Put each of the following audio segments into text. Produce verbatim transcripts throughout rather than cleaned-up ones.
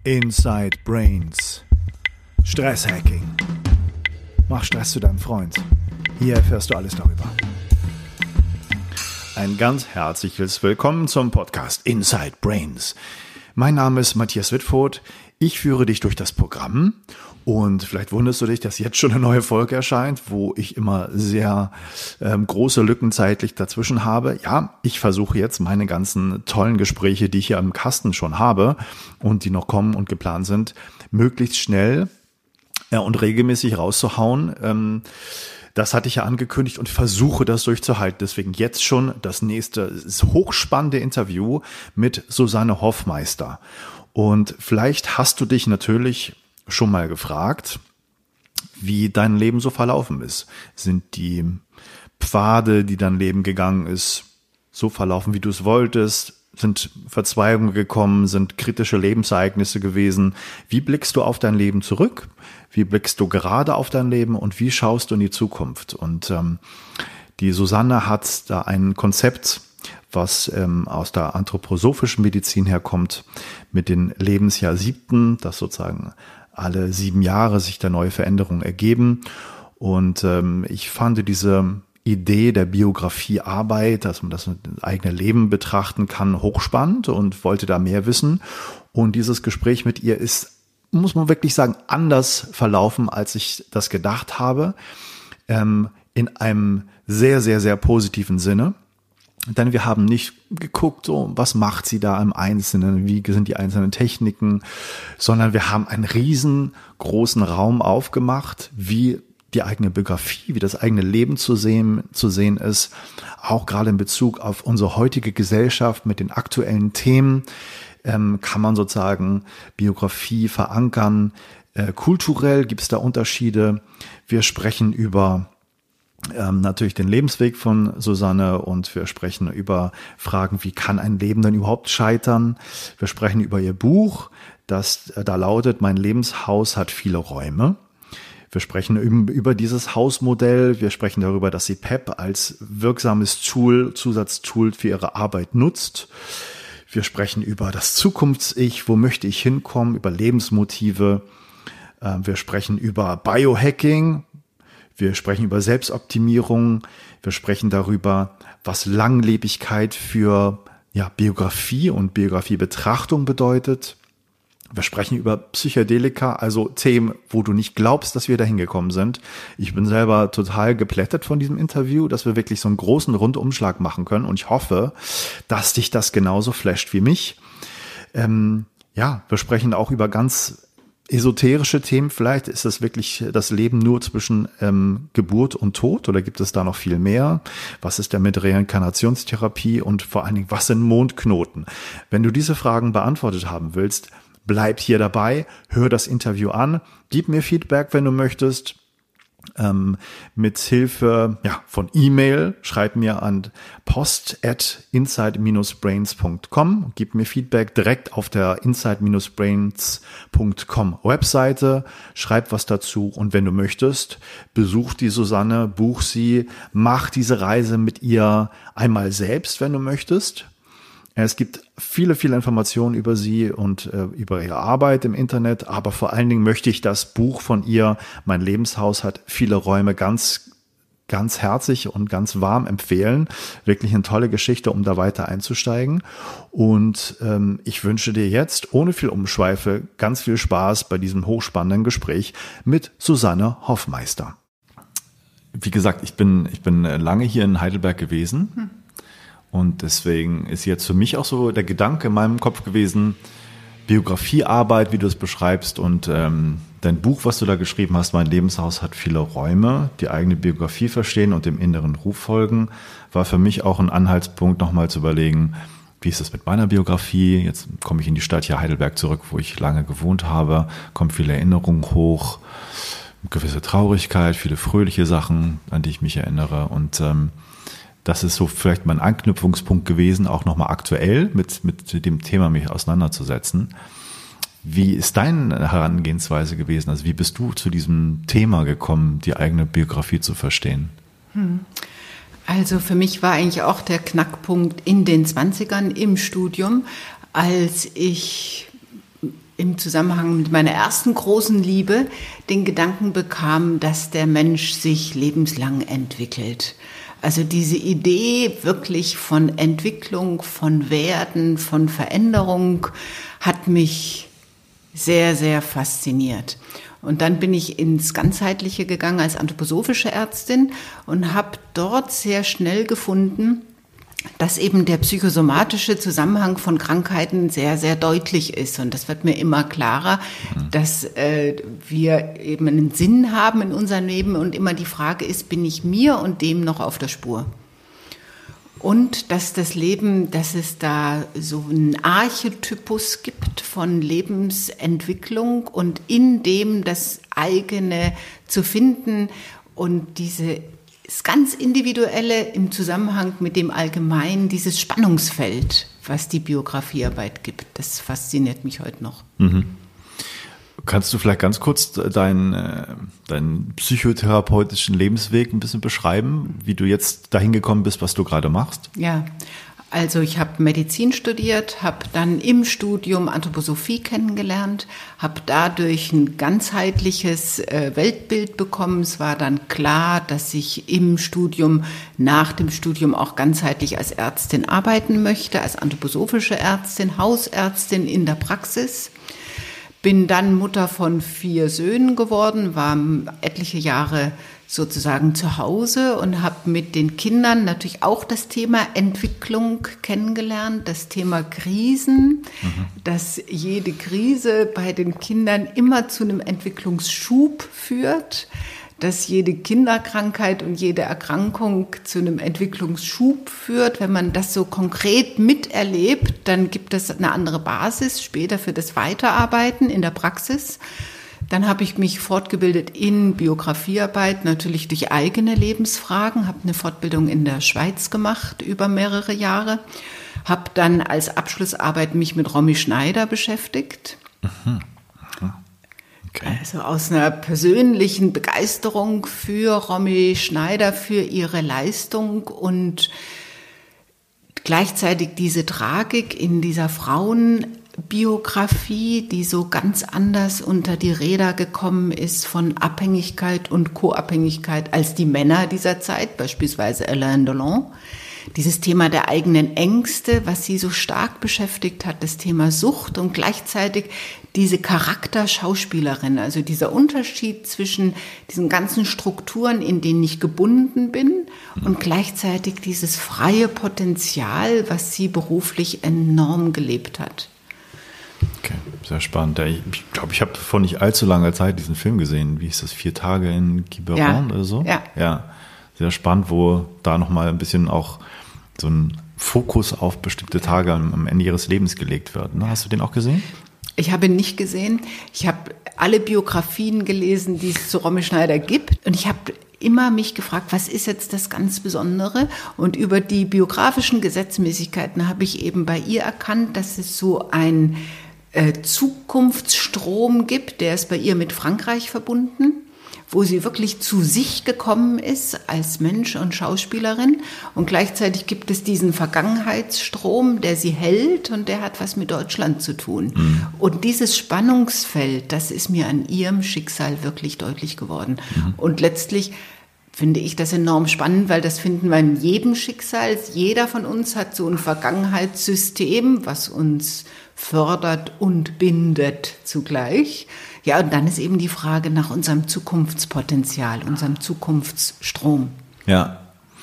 Inside Brains. Stresshacking. Mach Stress zu deinem Freund. Hier erfährst du alles darüber. Ein ganz herzliches Willkommen zum Podcast Inside Brains. Mein Name ist Matthias Wittfurt. Ich führe dich durch das Programm und vielleicht wunderst du dich, dass jetzt schon eine neue Folge erscheint, wo ich immer sehr ähm, große Lücken zeitlich dazwischen habe. Ja, ich versuche jetzt meine ganzen tollen Gespräche, die ich hier im Kasten schon habe und die noch kommen und geplant sind, möglichst schnell äh, und regelmäßig rauszuhauen. Ähm, Das hatte ich ja angekündigt und versuche das durchzuhalten. Deswegen jetzt schon das nächste hochspannende Interview mit Susanne Hoffmeister. Und vielleicht hast du dich natürlich schon mal gefragt, wie dein Leben so verlaufen ist. Sind die Pfade, die dein Leben gegangen ist, so verlaufen, wie du es wolltest? Sind Verzweigungen gekommen? Sind kritische Lebensereignisse gewesen? Wie blickst du auf dein Leben zurück? Wie blickst du gerade auf dein Leben und wie schaust du in die Zukunft? Und ähm, die Susanne hat da ein Konzept, was ähm, aus der anthroposophischen Medizin herkommt, mit den Lebensjahr siebten, das sozusagen alle sieben Jahre sich da neue Veränderungen ergeben. Und ähm, ich fand diese Idee der Biografiearbeit, dass man das eigene Leben betrachten kann, hochspannend und wollte da mehr wissen. Und dieses Gespräch mit ihr ist, muss man wirklich sagen, anders verlaufen, als ich das gedacht habe, ähm, in einem sehr, sehr, sehr positiven Sinne. Denn wir haben nicht geguckt, so, was macht sie da im Einzelnen, wie sind die einzelnen Techniken, sondern wir haben einen riesengroßen Raum aufgemacht, wie die eigene Biografie, wie das eigene Leben zu sehen, zu sehen ist, auch gerade in Bezug auf unsere heutige Gesellschaft mit den aktuellen Themen, ähm, kann man sozusagen Biografie verankern. Äh, kulturell gibt es da Unterschiede. Wir sprechen über ähm, natürlich den Lebensweg von Susanne und wir sprechen über Fragen, wie kann ein Leben denn überhaupt scheitern? Wir sprechen über ihr Buch, das äh, da lautet, mein Lebenshaus hat viele Räume. Wir sprechen über dieses Hausmodell, wir sprechen darüber, dass sie P E P als wirksames Tool, Zusatztool für ihre Arbeit nutzt. Wir sprechen über das Zukunfts-Ich, wo möchte ich hinkommen, über Lebensmotive. Wir sprechen über Biohacking, wir sprechen über Selbstoptimierung, wir sprechen darüber, was Langlebigkeit für ja, Biografie und Biografiebetrachtung bedeutet. Wir sprechen über Psychedelika, also Themen, wo du nicht glaubst, dass wir da hingekommen sind. Ich bin selber total geplättet von diesem Interview, dass wir wirklich so einen großen Rundumschlag machen können. Und ich hoffe, dass dich das genauso flasht wie mich. Ähm, ja, wir sprechen auch über ganz esoterische Themen. Vielleicht ist das wirklich das Leben nur zwischen ähm, Geburt und Tod oder gibt es da noch viel mehr? Was ist denn mit Reinkarnationstherapie und vor allen Dingen, was sind Mondknoten? Wenn du diese Fragen beantwortet haben willst, bleib hier dabei, hör das Interview an, gib mir Feedback, wenn du möchtest, ähm, mit Hilfe ja, von E-Mail, schreib mir an post at inside dash brains punkt com, gib mir Feedback direkt auf der inside dash brains punkt com Webseite, schreib was dazu und wenn du möchtest, besuch die Susanne, buch sie, mach diese Reise mit ihr einmal selbst, wenn du möchtest. Es gibt viele, viele Informationen über sie und äh, über ihre Arbeit im Internet, aber vor allen Dingen möchte ich das Buch von ihr, Mein Lebenshaus hat viele Räume, ganz, ganz herzlich und ganz warm empfehlen. Wirklich eine tolle Geschichte, um da weiter einzusteigen. Und ähm, ich wünsche dir jetzt, ohne viel Umschweife, ganz viel Spaß bei diesem hochspannenden Gespräch mit Susanne Hoffmeister. Wie gesagt, ich bin, ich bin lange hier in Heidelberg gewesen. Hm. Und deswegen ist jetzt für mich auch so der Gedanke in meinem Kopf gewesen, Biografiearbeit, wie du es beschreibst und ähm, dein Buch, was du da geschrieben hast, Mein Lebenshaus hat viele Räume, die eigene Biografie verstehen und dem inneren Ruf folgen, war für mich auch ein Anhaltspunkt, nochmal zu überlegen, wie ist das mit meiner Biografie? Jetzt komme ich in die Stadt hier Heidelberg zurück, wo ich lange gewohnt habe, kommen viele Erinnerungen hoch, gewisse Traurigkeit, viele fröhliche Sachen, an die ich mich erinnere und ähm, das ist so vielleicht mein Anknüpfungspunkt gewesen, auch nochmal aktuell mit, mit dem Thema mich auseinanderzusetzen. Wie ist deine Herangehensweise gewesen? Also wie bist du zu diesem Thema gekommen, die eigene Biografie zu verstehen? Hm. Also für mich war eigentlich auch der Knackpunkt in den zwanzigern im Studium, als ich im Zusammenhang mit meiner ersten großen Liebe den Gedanken bekam, dass der Mensch sich lebenslang entwickelt. Also diese Idee wirklich von Entwicklung, von Werden, von Veränderung hat mich sehr, sehr fasziniert. Und dann bin ich ins Ganzheitliche gegangen als anthroposophische Ärztin und habe dort sehr schnell gefunden, dass eben der psychosomatische Zusammenhang von Krankheiten sehr, sehr deutlich ist. Und das wird mir immer klarer, mhm. dass äh, wir eben einen Sinn haben in unserem Leben und immer die Frage ist, bin ich mir und dem noch auf der Spur? Und dass das Leben, dass es da so einen Archetypus gibt von Lebensentwicklung und in dem das eigene zu finden und diese das ganz Individuelle im Zusammenhang mit dem Allgemeinen, dieses Spannungsfeld, was die Biografiearbeit gibt, das fasziniert mich heute noch. Mhm. Kannst du vielleicht ganz kurz deinen, deinen psychotherapeutischen Lebensweg ein bisschen beschreiben, wie du jetzt dahin gekommen bist, was du gerade machst? Ja, also ich habe Medizin studiert, habe dann im Studium Anthroposophie kennengelernt, habe dadurch ein ganzheitliches äh, Weltbild bekommen. Es war dann klar, dass ich im Studium, nach dem Studium auch ganzheitlich als Ärztin arbeiten möchte, als anthroposophische Ärztin, Hausärztin in der Praxis. Bin dann Mutter von vier Söhnen geworden, war etliche Jahre sozusagen zu Hause und habe mit den Kindern natürlich auch das Thema Entwicklung kennengelernt, das Thema Krisen, mhm. dass jede Krise bei den Kindern immer zu einem Entwicklungsschub führt, dass jede Kinderkrankheit und jede Erkrankung zu einem Entwicklungsschub führt. Wenn man das so konkret miterlebt, dann gibt es eine andere Basis später für das Weiterarbeiten in der Praxis. Dann habe ich mich fortgebildet in Biografiearbeit, natürlich durch eigene Lebensfragen, habe eine Fortbildung in der Schweiz gemacht über mehrere Jahre, habe dann als Abschlussarbeit mich mit Romy Schneider beschäftigt. Mhm. Okay. Also aus einer persönlichen Begeisterung für Romy Schneider, für ihre Leistung und gleichzeitig diese Tragik in dieser Frauenbiografie, die so ganz anders unter die Räder gekommen ist von Abhängigkeit und Co-Abhängigkeit als die Männer dieser Zeit, beispielsweise Alain Delon. Dieses Thema der eigenen Ängste, was sie so stark beschäftigt hat, das Thema Sucht und gleichzeitig diese Charakterschauspielerin, also dieser Unterschied zwischen diesen ganzen Strukturen, in denen ich gebunden bin und gleichzeitig dieses freie Potenzial, was sie beruflich enorm gelebt hat. Okay, sehr spannend. Ich glaube, ich habe vor nicht allzu langer Zeit diesen Film gesehen. Wie hieß das? Vier Tage in Quiberon ja. oder so? Ja. Ja, sehr spannend, wo da nochmal ein bisschen auch so ein Fokus auf bestimmte Tage am, am Ende ihres Lebens gelegt wird. Ne? Hast du den auch gesehen? Ich habe ihn nicht gesehen. Ich habe alle Biografien gelesen, die es zu Romy Schneider gibt. Und ich habe immer mich gefragt, was ist jetzt das ganz Besondere? Und über die biografischen Gesetzmäßigkeiten habe ich eben bei ihr erkannt, dass es so ein äh, Zukunftsstrom gibt, der ist bei ihr mit Frankreich verbunden, wo sie wirklich zu sich gekommen ist als Mensch und Schauspielerin. Und gleichzeitig gibt es diesen Vergangenheitsstrom, der sie hält und der hat was mit Deutschland zu tun. Mhm. Und dieses Spannungsfeld, das ist mir an ihrem Schicksal wirklich deutlich geworden. Mhm. Und letztlich finde ich das enorm spannend, weil das finden wir in jedem Schicksal. Jeder von uns hat so ein Vergangenheitssystem, was uns fördert und bindet zugleich. Ja, und dann ist eben die Frage nach unserem Zukunftspotenzial, unserem Zukunftsstrom. Ja,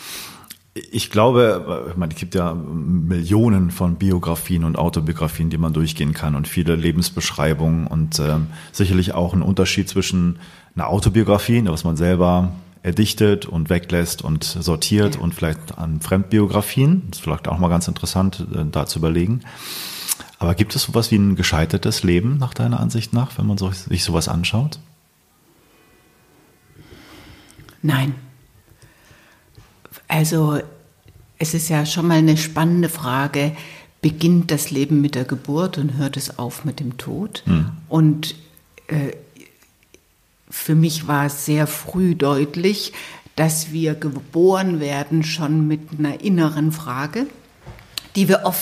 ich glaube, ich meine, es gibt ja Millionen von Biografien und Autobiografien, die man durchgehen kann und viele Lebensbeschreibungen und ähm, sicherlich auch ein Unterschied zwischen einer Autobiografie, was man selber erdichtet und weglässt und sortiert ja. und vielleicht an Fremdbiografien. Das ist vielleicht auch mal ganz interessant, äh, da zu überlegen. Aber gibt es sowas wie ein gescheitertes Leben nach deiner Ansicht nach, wenn man so, sich sowas anschaut? Nein. Also es ist ja schon mal eine spannende Frage, beginnt das Leben mit der Geburt und hört es auf mit dem Tod? Hm. Und äh, für mich war es sehr früh deutlich, dass wir geboren werden schon mit einer inneren Frage, die wir oft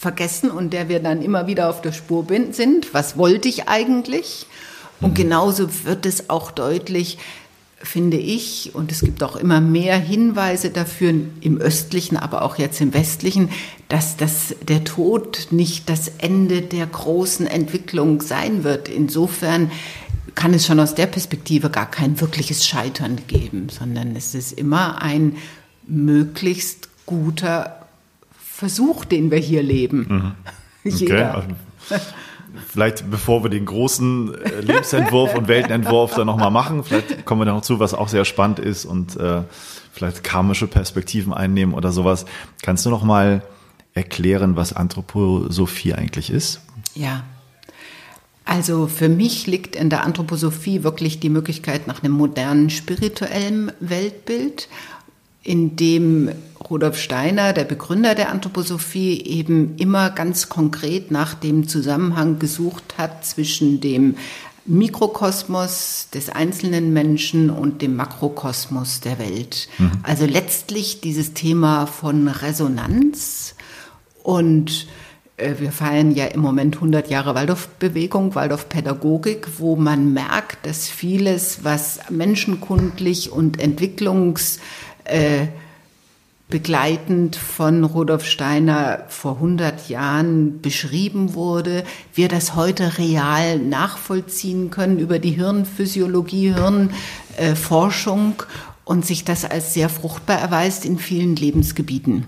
vergessen und der wir dann immer wieder auf der Spur bin, sind. Was wollte ich eigentlich? Und genauso wird es auch deutlich, finde ich, und es gibt auch immer mehr Hinweise dafür im östlichen, aber auch jetzt im westlichen, dass das, der Tod nicht das Ende der großen Entwicklung sein wird. Insofern kann es schon aus der Perspektive gar kein wirkliches Scheitern geben, sondern es ist immer ein möglichst guter Versuch, den wir hier leben. Mhm. Jeder. Okay. Vielleicht, bevor wir den großen Lebensentwurf und Weltenentwurf dann nochmal machen, vielleicht kommen wir dann noch zu, was auch sehr spannend ist und äh, vielleicht karmische Perspektiven einnehmen oder sowas. Kannst du noch mal erklären, was Anthroposophie eigentlich ist? Ja, also für mich liegt in der Anthroposophie wirklich die Möglichkeit nach einem modernen spirituellen Weltbild, in dem Rudolf Steiner, der Begründer der Anthroposophie, eben immer ganz konkret nach dem Zusammenhang gesucht hat zwischen dem Mikrokosmos des einzelnen Menschen und dem Makrokosmos der Welt. Mhm. Also letztlich dieses Thema von Resonanz. Und äh, wir feiern ja im Moment hundert Jahre Waldorfbewegung, Waldorfpädagogik, wo man merkt, dass vieles, was menschenkundlich und entwicklungs Äh, begleitend von Rudolf Steiner vor hundert Jahren beschrieben wurde, wir das heute real nachvollziehen können über die Hirnphysiologie, Hirnforschung äh, und sich das als sehr fruchtbar erweist in vielen Lebensgebieten.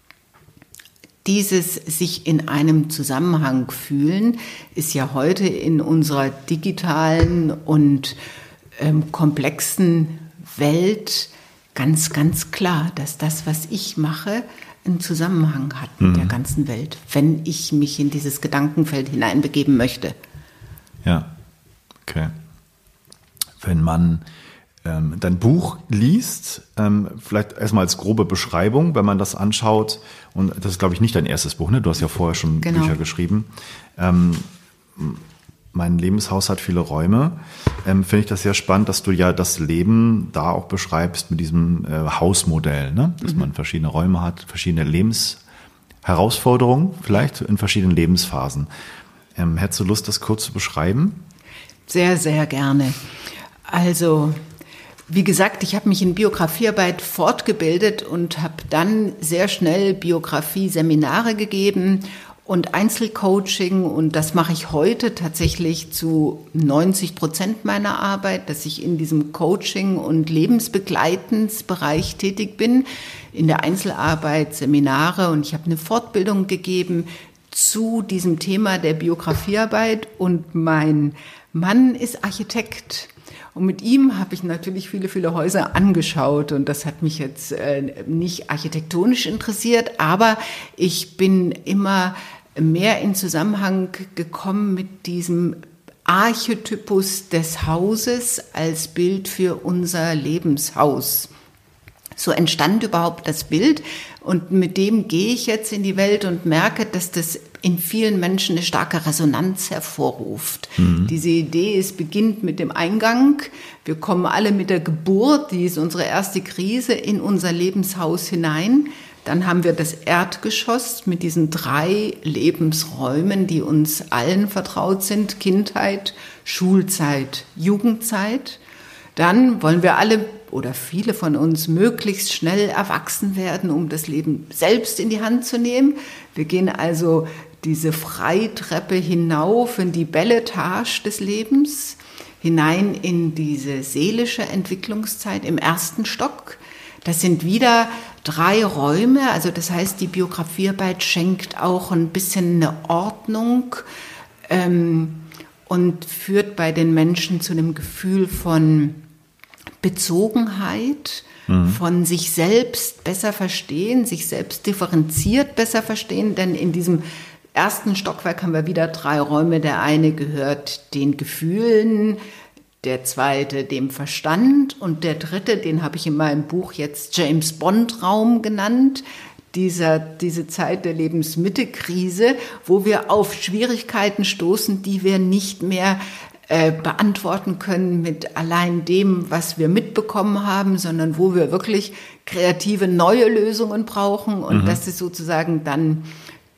Dieses sich in einem Zusammenhang fühlen ist ja heute in unserer digitalen und ähm, komplexen Welt ganz, ganz klar, dass das, was ich mache, einen Zusammenhang hat mit mhm. der ganzen Welt, wenn ich mich in dieses Gedankenfeld hineinbegeben möchte. Ja, okay. Wenn man ähm, dein Buch liest, ähm, vielleicht erstmal als grobe Beschreibung, wenn man das anschaut, und das ist, glaube ich, nicht dein erstes Buch, ne? Du hast ja vorher schon genau. Bücher geschrieben. Ähm, Mein Lebenshaus hat viele Räume. Ähm, finde ich das sehr spannend, dass du ja das Leben da auch beschreibst mit diesem äh, Hausmodell, ne? Dass mhm. man verschiedene Räume hat, verschiedene Lebensherausforderungen, vielleicht in verschiedenen Lebensphasen. Ähm, hättest du Lust, das kurz zu beschreiben? Sehr, sehr gerne. Also, wie gesagt, ich habe mich in Biografiearbeit fortgebildet und habe dann sehr schnell Biografie-Seminare gegeben und Einzelcoaching, und das mache ich heute tatsächlich zu neunzig Prozent meiner Arbeit, dass ich in diesem Coaching- und Lebensbegleitensbereich tätig bin, in der Einzelarbeit, Seminare, und ich habe eine Fortbildung gegeben zu diesem Thema der Biografiearbeit, und mein Mann ist Architekt. Und mit ihm habe ich natürlich viele, viele Häuser angeschaut, und das hat mich jetzt äh, nicht architektonisch interessiert, aber ich bin immer mehr in Zusammenhang gekommen mit diesem Archetypus des Hauses als Bild für unser Lebenshaus. So entstand überhaupt das Bild, und mit dem gehe ich jetzt in die Welt und merke, dass das in vielen Menschen eine starke Resonanz hervorruft. Mhm. Diese Idee, es beginnt mit dem Eingang. Wir kommen alle mit der Geburt, die ist unsere erste Krise, in unser Lebenshaus hinein. Dann haben wir das Erdgeschoss mit diesen drei Lebensräumen, die uns allen vertraut sind: Kindheit, Schulzeit, Jugendzeit. Dann wollen wir alle oder viele von uns möglichst schnell erwachsen werden, um das Leben selbst in die Hand zu nehmen. Wir gehen also diese Freitreppe hinauf in die Beletage des Lebens, hinein in diese seelische Entwicklungszeit im ersten Stock. Das sind wieder drei Räume, also das heißt, die Biografiearbeit schenkt auch ein bisschen eine Ordnung ähm, und führt bei den Menschen zu einem Gefühl von Bezogenheit, mhm. von sich selbst besser verstehen, sich selbst differenziert besser verstehen, denn in diesem ersten Stockwerk haben wir wieder drei Räume. Der eine gehört den Gefühlen, der zweite dem Verstand und der dritte, den habe ich in meinem Buch jetzt James-Bond-Raum genannt, dieser, diese Zeit der Lebensmittelkrise, wo wir auf Schwierigkeiten stoßen, die wir nicht mehr äh, beantworten können mit allein dem, was wir mitbekommen haben, sondern wo wir wirklich kreative neue Lösungen brauchen, und mhm. das ist sozusagen dann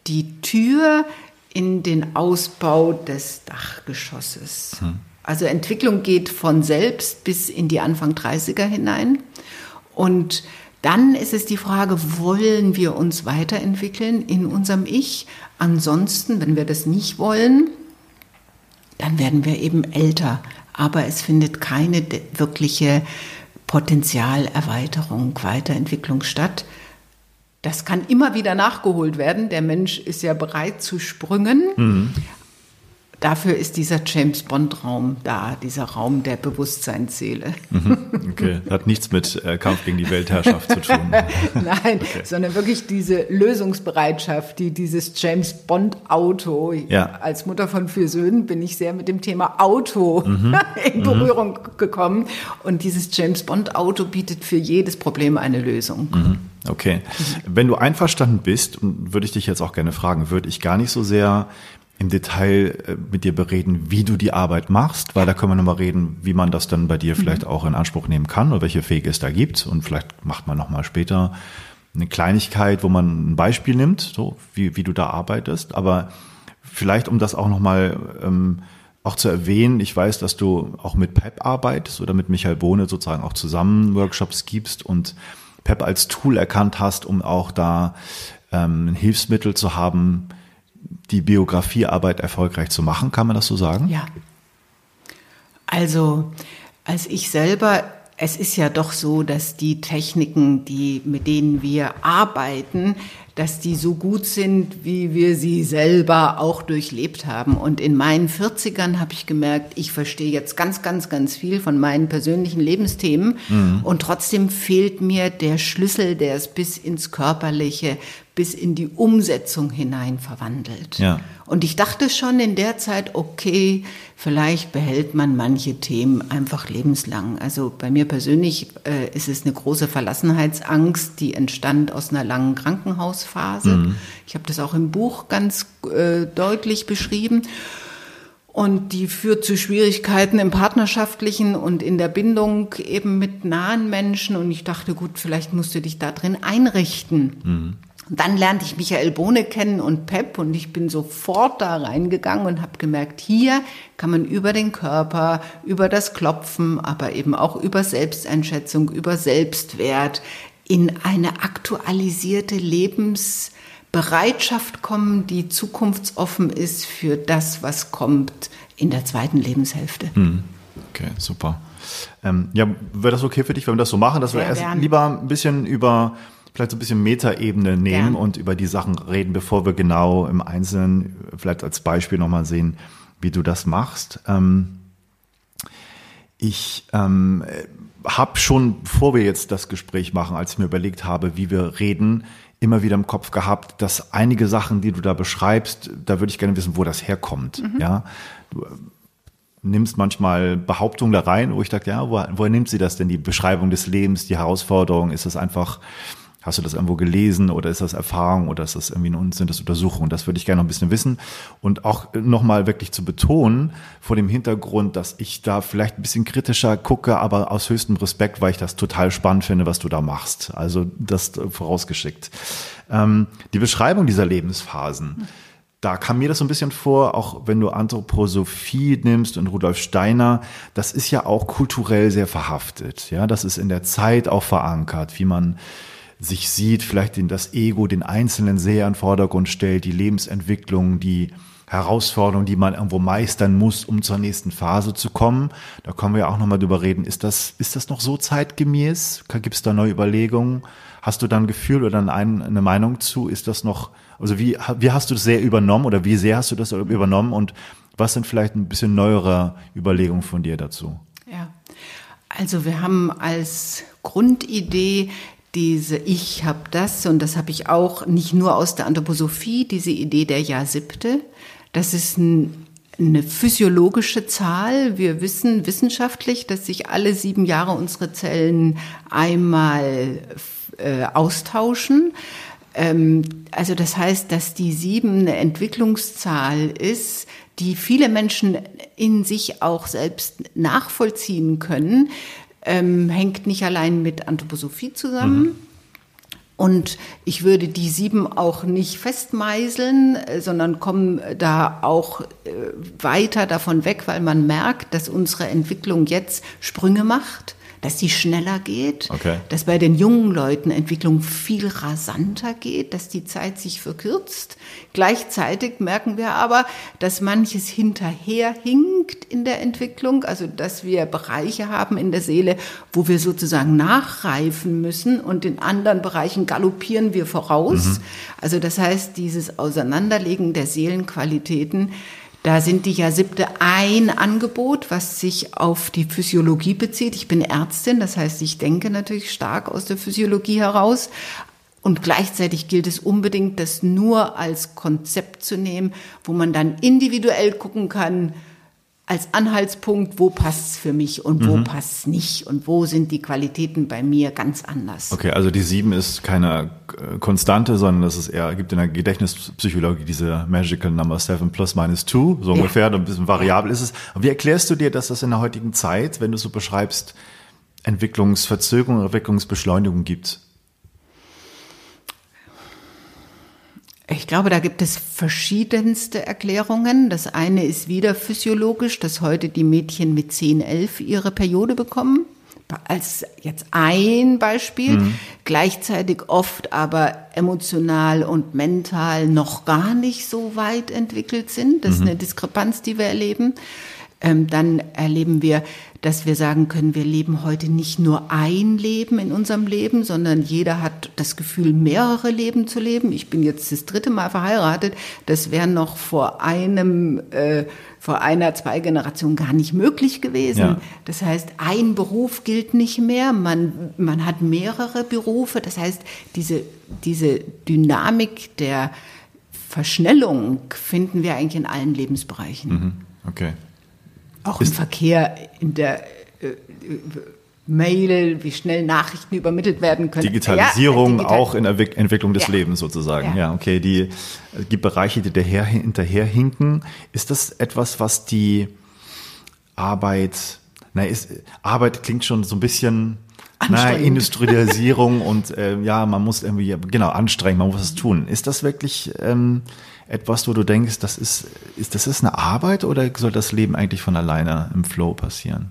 die Tür in den Ausbau des Dachgeschosses. Hm. Also Entwicklung geht von selbst bis in die Anfang dreißiger hinein. Und dann ist es die Frage, wollen wir uns weiterentwickeln in unserem Ich? Ansonsten, wenn wir das nicht wollen, dann werden wir eben älter. Aber es findet keine wirkliche Potenzialerweiterung, Weiterentwicklung statt. Das kann immer wieder nachgeholt werden. Der Mensch ist ja bereit zu Sprüngen. Mhm. Dafür ist dieser James-Bond-Raum da, dieser Raum der Bewusstseinsseele. Okay, hat nichts mit äh, Kampf gegen die Weltherrschaft zu tun. Nein, okay. Sondern wirklich diese Lösungsbereitschaft, die dieses James-Bond-Auto, ja. Als Mutter von vier Söhnen bin ich sehr mit dem Thema Auto mhm. in Berührung mhm. gekommen. Und dieses James-Bond-Auto bietet für jedes Problem eine Lösung. Mhm. Okay, wenn du einverstanden bist, und würde ich dich jetzt auch gerne fragen, würde ich gar nicht so sehr im Detail mit dir bereden, wie du die Arbeit machst, weil da können wir nochmal reden, wie man das dann bei dir vielleicht mhm. auch in Anspruch nehmen kann oder welche Wege es da gibt. Und vielleicht macht man nochmal später eine Kleinigkeit, wo man ein Beispiel nimmt, so wie, wie du da arbeitest. Aber vielleicht, um das auch nochmal ähm, auch zu erwähnen, ich weiß, dass du auch mit Pep arbeitest oder mit Michael Bohne sozusagen auch zusammen Workshops gibst und Pep als Tool erkannt hast, um auch da ähm, ein Hilfsmittel zu haben, die Biografiearbeit erfolgreich zu machen, kann man das so sagen? Ja. Also, als ich selber, es ist ja doch so, dass die Techniken, die, mit denen wir arbeiten, dass die so gut sind, wie wir sie selber auch durchlebt haben. Und in meinen vierzigern habe ich gemerkt, ich verstehe jetzt ganz, ganz, ganz viel von meinen persönlichen Lebensthemen. Mhm. Und trotzdem fehlt mir der Schlüssel, der es bis ins Körperliche, bis in die Umsetzung hinein verwandelt. Ja. Und ich dachte schon in der Zeit, okay, vielleicht behält man manche Themen einfach lebenslang. Also bei mir persönlich äh, ist es eine große Verlassenheitsangst, die entstand aus einer langen Krankenhausphase. Mhm. Ich habe das auch im Buch ganz äh, deutlich beschrieben. Und die führt zu Schwierigkeiten im Partnerschaftlichen und in der Bindung eben mit nahen Menschen. Und ich dachte, gut, vielleicht musst du dich da drin einrichten. Mhm. Dann lernte ich Michael Bohne kennen und Pep und ich bin sofort da reingegangen und habe gemerkt, hier kann man über den Körper, über das Klopfen, aber eben auch über Selbsteinschätzung, über Selbstwert in eine aktualisierte Lebensbereitschaft kommen, die zukunftsoffen ist für das, was kommt in der zweiten Lebenshälfte. Okay, super. Ähm, ja, wäre das okay für dich, wenn wir das so machen, dass Sehr wir erst gern. lieber ein bisschen über vielleicht so ein bisschen Metaebene nehmen ja. und über die Sachen reden, bevor wir genau im Einzelnen vielleicht als Beispiel nochmal sehen, wie du das machst. Ähm, ich ähm, habe schon, bevor wir jetzt das Gespräch machen, als ich mir überlegt habe, wie wir reden, immer wieder im Kopf gehabt, dass einige Sachen, die du da beschreibst, da würde ich gerne wissen, wo das herkommt. Mhm. Ja, du nimmst manchmal Behauptungen da rein, wo ich dachte, ja, woher, woher nimmt sie das denn, die Beschreibung des Lebens, die Herausforderung? Ist das einfach... Hast du das irgendwo gelesen oder ist das Erfahrung oder ist das irgendwie eine, sind das Untersuchungen? Das würde ich gerne noch ein bisschen wissen. Und auch nochmal wirklich zu betonen, vor dem Hintergrund, dass ich da vielleicht ein bisschen kritischer gucke, aber aus höchstem Respekt, weil ich das total spannend finde, was du da machst. Also das vorausgeschickt. Ähm, die Beschreibung dieser Lebensphasen, da kam mir das so ein bisschen vor, auch wenn du Anthroposophie nimmst und Rudolf Steiner, das ist ja auch kulturell sehr verhaftet. Ja, das ist in der Zeit auch verankert, wie man sich sieht, vielleicht den, das Ego, den Einzelnen sehr in den Vordergrund stellt, die Lebensentwicklung, die Herausforderung, die man irgendwo meistern muss, um zur nächsten Phase zu kommen. Da können wir ja auch nochmal drüber reden. Ist das, ist das noch so zeitgemäß? Gibt es da neue Überlegungen? Hast du da ein Gefühl oder eine, eine Meinung zu? Ist das noch, also wie, wie hast du das sehr übernommen oder wie sehr hast du das übernommen und was sind vielleicht ein bisschen neuere Überlegungen von dir dazu? Ja, also wir haben als Grundidee diese Ich habe das, und das habe ich auch nicht nur aus der Anthroposophie, diese Idee der Jahr-Siebte. Das ist ein, eine physiologische Zahl. Wir wissen wissenschaftlich, dass sich alle sieben Jahre unsere Zellen einmal äh, austauschen. Ähm, also das heißt, dass die sieben eine Entwicklungszahl ist, die viele Menschen in sich auch selbst nachvollziehen können. Ähm, hängt nicht allein mit Anthroposophie zusammen. Mhm. Und ich würde die sieben auch nicht festmeißeln, sondern komme da auch weiter davon weg, weil man merkt, dass unsere Entwicklung jetzt Sprünge macht, dass die schneller geht, okay. dass bei den jungen Leuten Entwicklung viel rasanter geht, dass die Zeit sich verkürzt. Gleichzeitig merken wir aber, dass manches hinterherhinkt in der Entwicklung, also dass wir Bereiche haben in der Seele, wo wir sozusagen nachreifen müssen und in anderen Bereichen galoppieren wir voraus. Mhm. Also das heißt, dieses Auseinanderlegen der Seelenqualitäten, da sind die Jasipte ein Angebot, was sich auf die Physiologie bezieht. Ich bin Ärztin, das heißt, ich denke natürlich stark aus der Physiologie heraus. Und gleichzeitig gilt es unbedingt, das nur als Konzept zu nehmen, wo man dann individuell gucken kann, als Anhaltspunkt, wo passt es für mich und wo mhm. passt es nicht und wo sind die Qualitäten bei mir ganz anders. Okay, also die sieben ist keine Konstante, sondern das ist eher, gibt in der Gedächtnispsychologie diese Magical Number seven plus minus two, so ja. ungefähr, ein bisschen variabel ist es. Aber wie erklärst du dir, dass das in der heutigen Zeit, wenn du so beschreibst, Entwicklungsverzögerung, Entwicklungsbeschleunigung gibt? Ich glaube, da gibt es verschiedenste Erklärungen. Das eine ist wieder physiologisch, dass heute die Mädchen mit zehn, elf ihre Periode bekommen. Als jetzt ein Beispiel. Mhm. Gleichzeitig oft aber emotional und mental noch gar nicht so weit entwickelt sind. Das ist mhm. eine Diskrepanz, die wir erleben. Ähm, dann erleben wir, dass wir sagen können, wir leben heute nicht nur ein Leben in unserem Leben, sondern jeder hat das Gefühl, mehrere Leben zu leben. Ich bin jetzt das dritte Mal verheiratet. Das wäre noch vor einem, äh, vor einer, zwei Generationen gar nicht möglich gewesen. Ja. Das heißt, ein Beruf gilt nicht mehr. Man, man hat mehrere Berufe. Das heißt, diese, diese Dynamik der Verschnellung finden wir eigentlich in allen Lebensbereichen. Mhm. Okay. Auch im Verkehr, in der äh, Mail, wie schnell Nachrichten übermittelt werden können. Digitalisierung, ja, digital- auch in der Wick- Entwicklung des ja. Lebens sozusagen. Ja, ja okay. Die, die Bereiche, die daher, hinterherhinken, ist das etwas, was die Arbeit, na, ist, Arbeit klingt schon so ein bisschen, na, Industrialisierung und äh, ja, man muss irgendwie, genau, anstrengen, man muss es tun. Ist das wirklich ähm, etwas, wo du denkst, das ist, ist, das ist eine Arbeit oder soll das Leben eigentlich von alleine im Flow passieren?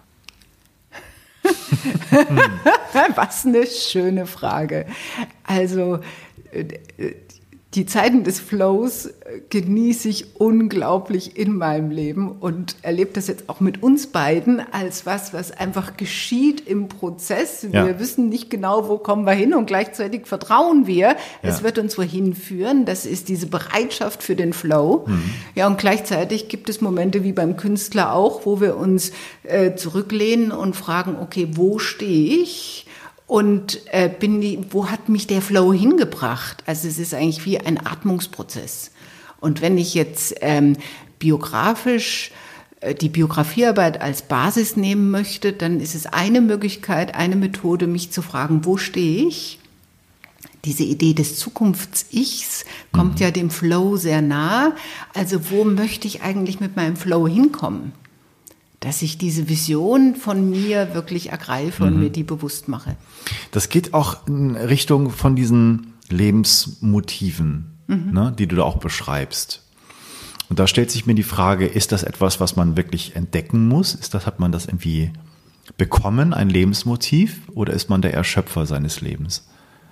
Was eine schöne Frage. Also die Zeiten des Flows genieße ich unglaublich in meinem Leben und erlebe das jetzt auch mit uns beiden als was, was einfach geschieht im Prozess. Wir ja. wissen nicht genau, wo kommen wir hin und gleichzeitig vertrauen wir, ja. es wird uns wohin führen. Das ist diese Bereitschaft für den Flow. Mhm. Ja, und gleichzeitig gibt es Momente wie beim Künstler auch, wo wir uns äh, zurücklehnen und fragen, okay, wo stehe ich? Und äh, bin die, wo hat mich der Flow hingebracht? Also es ist eigentlich wie ein Atmungsprozess. Und wenn ich jetzt ähm, biografisch äh, die Biografiearbeit als Basis nehmen möchte, dann ist es eine Möglichkeit, eine Methode, mich zu fragen, wo stehe ich? Diese Idee des Zukunfts-Ichs kommt mhm. ja dem Flow sehr nah. Also wo möchte ich eigentlich mit meinem Flow hinkommen? Dass ich diese Vision von mir wirklich ergreife und mhm. mir die bewusst mache. Das geht auch in Richtung von diesen Lebensmotiven, mhm. ne, die du da auch beschreibst. Und da stellt sich mir die Frage, ist das etwas, was man wirklich entdecken muss? Ist das, hat man das irgendwie bekommen, ein Lebensmotiv, oder ist man der Erschöpfer seines Lebens?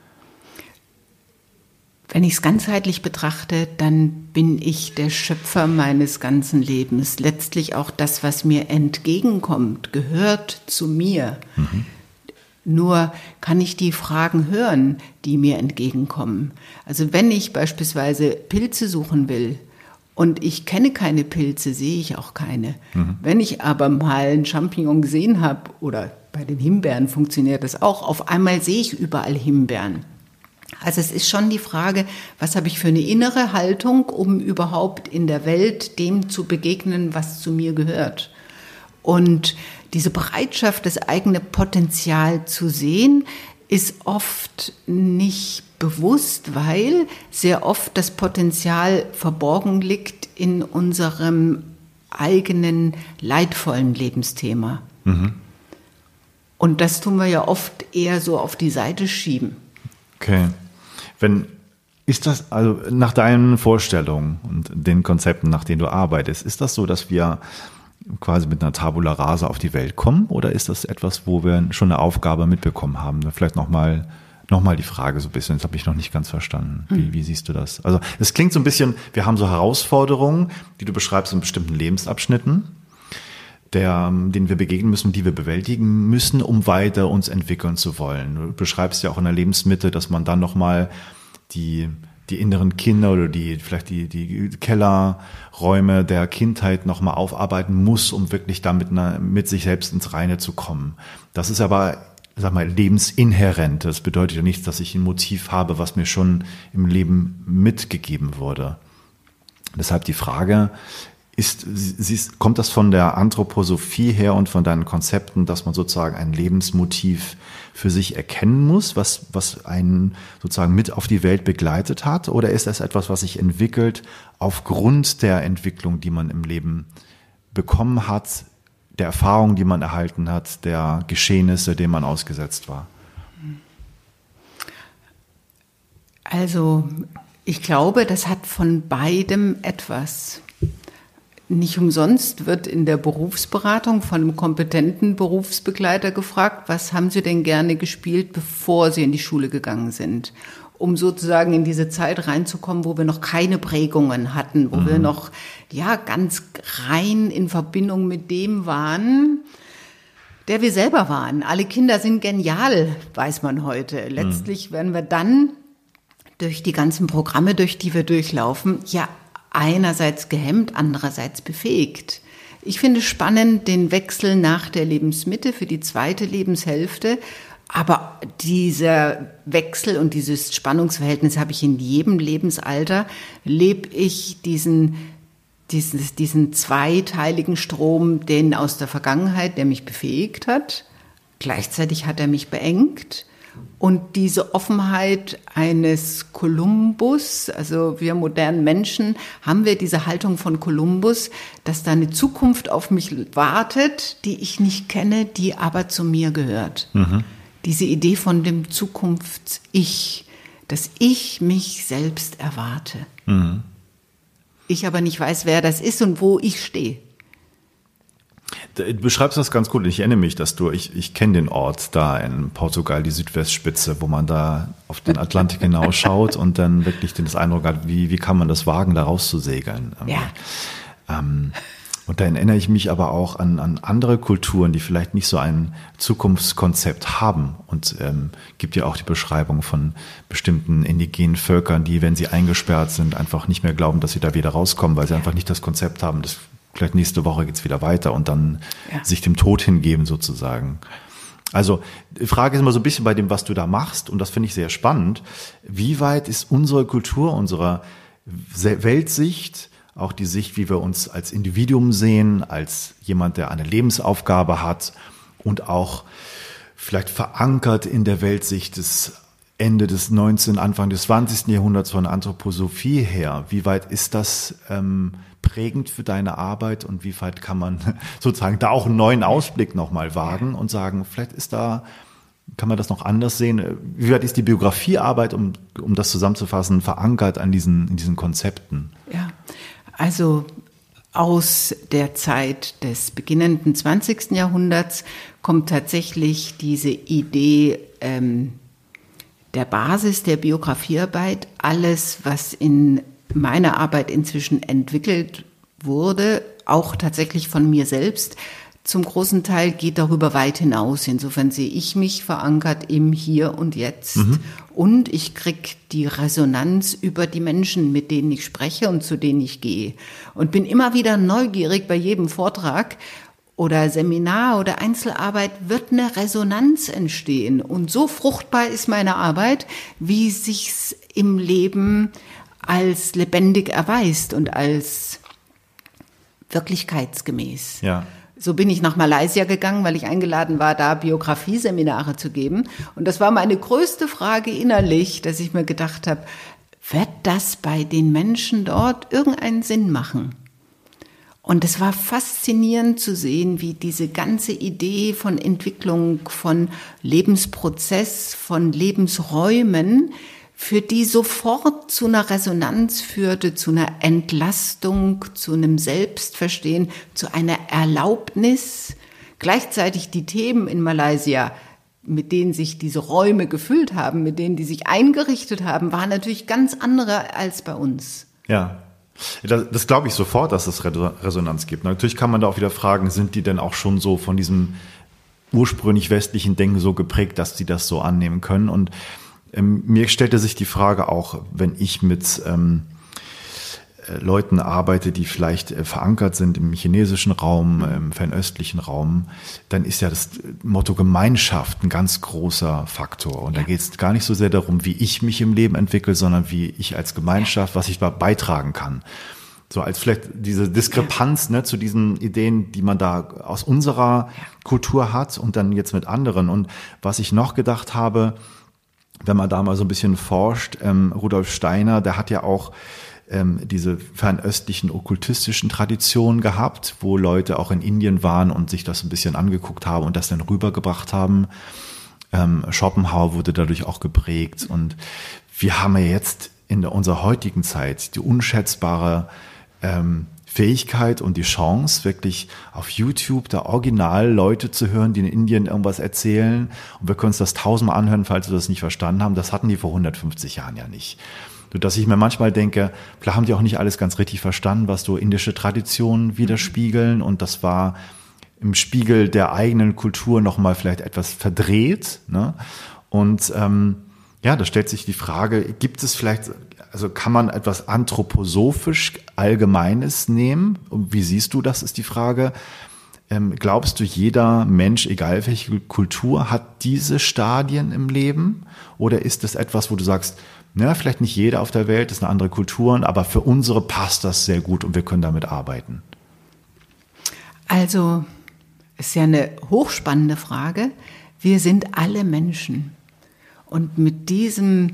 Wenn ich es ganzheitlich betrachte, dann bin ich der Schöpfer meines ganzen Lebens. Letztlich auch das, was mir entgegenkommt, gehört zu mir. Mhm. Nur kann ich die Fragen hören, die mir entgegenkommen. Also wenn ich beispielsweise Pilze suchen will und ich kenne keine Pilze, sehe ich auch keine. Mhm. Wenn ich aber mal einen Champignon gesehen habe, oder bei den Himbeeren funktioniert das auch, auf einmal sehe ich überall Himbeeren. Also es ist schon die Frage, was habe ich für eine innere Haltung, um überhaupt in der Welt dem zu begegnen, was zu mir gehört. Und diese Bereitschaft, das eigene Potenzial zu sehen, ist oft nicht bewusst, weil sehr oft das Potenzial verborgen liegt in unserem eigenen leidvollen Lebensthema. Mhm. Und das tun wir ja oft eher so auf die Seite schieben. Okay. Wenn, ist das, also nach deinen Vorstellungen und den Konzepten, nach denen du arbeitest, ist das so, dass wir quasi mit einer Tabula Rasa auf die Welt kommen, oder ist das etwas, wo wir schon eine Aufgabe mitbekommen haben? Vielleicht nochmal noch mal die Frage so ein bisschen, das habe ich noch nicht ganz verstanden. Wie, wie siehst du das? Also es klingt so ein bisschen, wir haben so Herausforderungen, die du beschreibst in bestimmten Lebensabschnitten, der, denen wir begegnen müssen, die wir bewältigen müssen, um weiter uns entwickeln zu wollen. Du beschreibst ja auch in der Lebensmitte, dass man dann nochmal die die inneren Kinder oder die vielleicht die die Kellerräume der Kindheit nochmal aufarbeiten muss, um wirklich damit eine, mit sich selbst ins Reine zu kommen. Das ist aber, sag mal, lebensinhärent. Das bedeutet ja nicht, dass ich ein Motiv habe, was mir schon im Leben mitgegeben wurde. Deshalb die Frage, ist, siehst, kommt das von der Anthroposophie her und von deinen Konzepten, dass man sozusagen ein Lebensmotiv für sich erkennen muss, was, was einen sozusagen mit auf die Welt begleitet hat? Oder ist das etwas, was sich entwickelt aufgrund der Entwicklung, die man im Leben bekommen hat, der Erfahrungen, die man erhalten hat, der Geschehnisse, denen man ausgesetzt war? Also ich glaube, das hat von beidem etwas. Nicht umsonst wird in der Berufsberatung von einem kompetenten Berufsbegleiter gefragt, was haben Sie denn gerne gespielt, bevor Sie in die Schule gegangen sind? Um sozusagen in diese Zeit reinzukommen, wo wir noch keine Prägungen hatten, wo mhm. wir noch ja ganz rein in Verbindung mit dem waren, der wir selber waren. Alle Kinder sind genial, weiß man heute. Letztlich mhm. werden wir dann durch die ganzen Programme, durch die wir durchlaufen, ja einerseits gehemmt, andererseits befähigt. Ich finde spannend den Wechsel nach der Lebensmitte für die zweite Lebenshälfte. Aber dieser Wechsel und dieses Spannungsverhältnis habe ich in jedem Lebensalter, lebe ich diesen, diesen, diesen zweiteiligen Strom, den aus der Vergangenheit, der mich befähigt hat. Gleichzeitig hat er mich beengt. Und diese Offenheit eines Kolumbus, also wir modernen Menschen, haben wir diese Haltung von Kolumbus, dass da eine Zukunft auf mich wartet, die ich nicht kenne, die aber zu mir gehört. Mhm. Diese Idee von dem Zukunfts-Ich, dass ich mich selbst erwarte. Mhm. Ich aber nicht weiß, wer das ist und wo ich stehe. Du beschreibst das ganz gut. Ich erinnere mich, dass du, ich, ich kenne den Ort da in Portugal, die Südwestspitze, wo man da auf den Atlantik hinausschaut und dann wirklich den Eindruck hat, wie, wie kann man das wagen, da rauszusegeln. Ja. Ähm, und da erinnere ich mich aber auch an, an andere Kulturen, die vielleicht nicht so ein Zukunftskonzept haben. Und ähm, gibt ja auch die Beschreibung von bestimmten indigenen Völkern, die, wenn sie eingesperrt sind, einfach nicht mehr glauben, dass sie da wieder rauskommen, weil sie einfach nicht das Konzept haben, das vielleicht nächste Woche geht's wieder weiter und dann ja. sich dem Tod hingeben sozusagen. Also die Frage ist immer so ein bisschen bei dem, was du da machst, und das finde ich sehr spannend. Wie weit ist unsere Kultur, unsere Weltsicht, auch die Sicht, wie wir uns als Individuum sehen, als jemand, der eine Lebensaufgabe hat und auch vielleicht verankert in der Weltsicht des Ende des neunzehnten, Anfang des zwanzigsten Jahrhunderts von Anthroposophie her, wie weit ist das ähm, prägend für deine Arbeit und wie weit kann man sozusagen da auch einen neuen Ausblick nochmal wagen und sagen, vielleicht ist da, kann man das noch anders sehen? Wie weit ist die Biografiearbeit, um, um das zusammenzufassen, verankert an diesen, in diesen Konzepten? Ja, also aus der Zeit des beginnenden zwanzigsten Jahrhunderts kommt tatsächlich diese Idee ähm, der Basis der Biografiearbeit, alles, was in meiner Arbeit inzwischen entwickelt wurde, auch tatsächlich von mir selbst, zum großen Teil geht darüber weit hinaus. Insofern sehe ich mich verankert im Hier und Jetzt. Mhm. Und ich kriege die Resonanz über die Menschen, mit denen ich spreche und zu denen ich gehe. Und bin immer wieder neugierig bei jedem Vortrag oder Seminar oder Einzelarbeit, wird eine Resonanz entstehen. Und so fruchtbar ist meine Arbeit, wie sich's im Leben als lebendig erweist und als wirklichkeitsgemäß. Ja. So bin ich nach Malaysia gegangen, weil ich eingeladen war, da Biografieseminare zu geben. Und das war meine größte Frage innerlich, dass ich mir gedacht habe, wird das bei den Menschen dort irgendeinen Sinn machen? Und es war faszinierend zu sehen, wie diese ganze Idee von Entwicklung, von Lebensprozess, von Lebensräumen, für die sofort zu einer Resonanz führte, zu einer Entlastung, zu einem Selbstverstehen, zu einer Erlaubnis. Gleichzeitig die Themen in Malaysia, mit denen sich diese Räume gefüllt haben, mit denen die sich eingerichtet haben, waren natürlich ganz andere als bei uns. Ja, das, das glaube ich sofort, dass es Resonanz gibt. Natürlich kann man da auch wieder fragen, sind die denn auch schon so von diesem ursprünglich westlichen Denken so geprägt, dass sie das so annehmen können? Und ähm, mir stellte sich die Frage auch, wenn ich mit ähm, Leuten arbeite, die vielleicht äh, verankert sind im chinesischen Raum, im fernöstlichen Raum, dann ist ja das Motto Gemeinschaft ein ganz großer Faktor. Und ja. Da geht es gar nicht so sehr darum, wie ich mich im Leben entwickle, sondern wie ich als Gemeinschaft, was ich da beitragen kann. So als vielleicht diese Diskrepanz ja. ne, zu diesen Ideen, die man da aus unserer Kultur hat und dann jetzt mit anderen. Und was ich noch gedacht habe, wenn man da mal so ein bisschen forscht, ähm, Rudolf Steiner, der hat ja auch ähm, diese fernöstlichen okkultistischen Traditionen gehabt, wo Leute auch in Indien waren und sich das ein bisschen angeguckt haben und das dann rübergebracht haben. Ähm, Schopenhauer wurde dadurch auch geprägt. Und wir haben ja jetzt in der, unserer heutigen Zeit die unschätzbare ähm, Fähigkeit und die Chance, wirklich auf YouTube da original Leute zu hören, die in Indien irgendwas erzählen. Und wir können uns das tausendmal anhören, falls wir das nicht verstanden haben. Das hatten die vor hundertfünfzig Jahren ja nicht. Dass ich mir manchmal denke, vielleicht haben die auch nicht alles ganz richtig verstanden, was so indische Traditionen widerspiegeln. Und das war im Spiegel der eigenen Kultur nochmal vielleicht etwas verdreht. Ne? Und ähm, ja, da stellt sich die Frage, gibt es vielleicht, also kann man etwas anthroposophisch Allgemeines nehmen? Und wie siehst du das, ist die Frage. Ähm, glaubst du, jeder Mensch, egal welche Kultur, hat diese Stadien im Leben? Oder ist es etwas, wo du sagst, ja, vielleicht nicht jeder auf der Welt, das sind andere Kulturen, aber für unsere passt das sehr gut und wir können damit arbeiten? Also, ist ja eine hochspannende Frage. Wir sind alle Menschen. Und mit diesem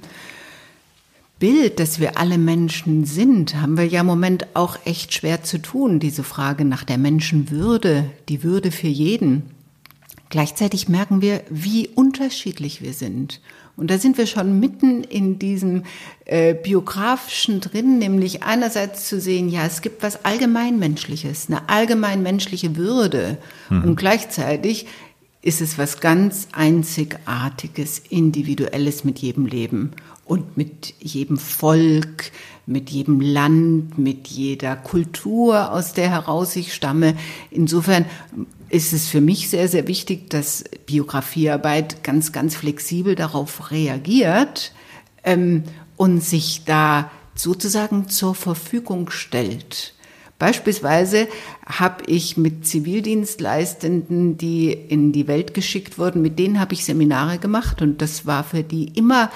Bild, dass wir alle Menschen sind, haben wir ja im Moment auch echt schwer zu tun. Diese Frage nach der Menschenwürde, die Würde für jeden. Gleichzeitig merken wir, wie unterschiedlich wir sind. Und da sind wir schon mitten in diesem äh, biografischen drin, nämlich einerseits zu sehen, ja, es gibt was Allgemeinmenschliches, eine allgemeinmenschliche Würde. Mhm. Und gleichzeitig ist es was ganz Einzigartiges, Individuelles mit jedem Leben und mit jedem Volk, mit jedem Land, mit jeder Kultur, aus der heraus ich stamme. Insofern ist es für mich sehr, sehr wichtig, dass Biografiearbeit ganz, ganz flexibel darauf reagiert ähm, und sich da sozusagen zur Verfügung stellt. Beispielsweise habe ich mit Zivildienstleistenden, die in die Welt geschickt wurden, mit denen habe ich Seminare gemacht und das war für die immer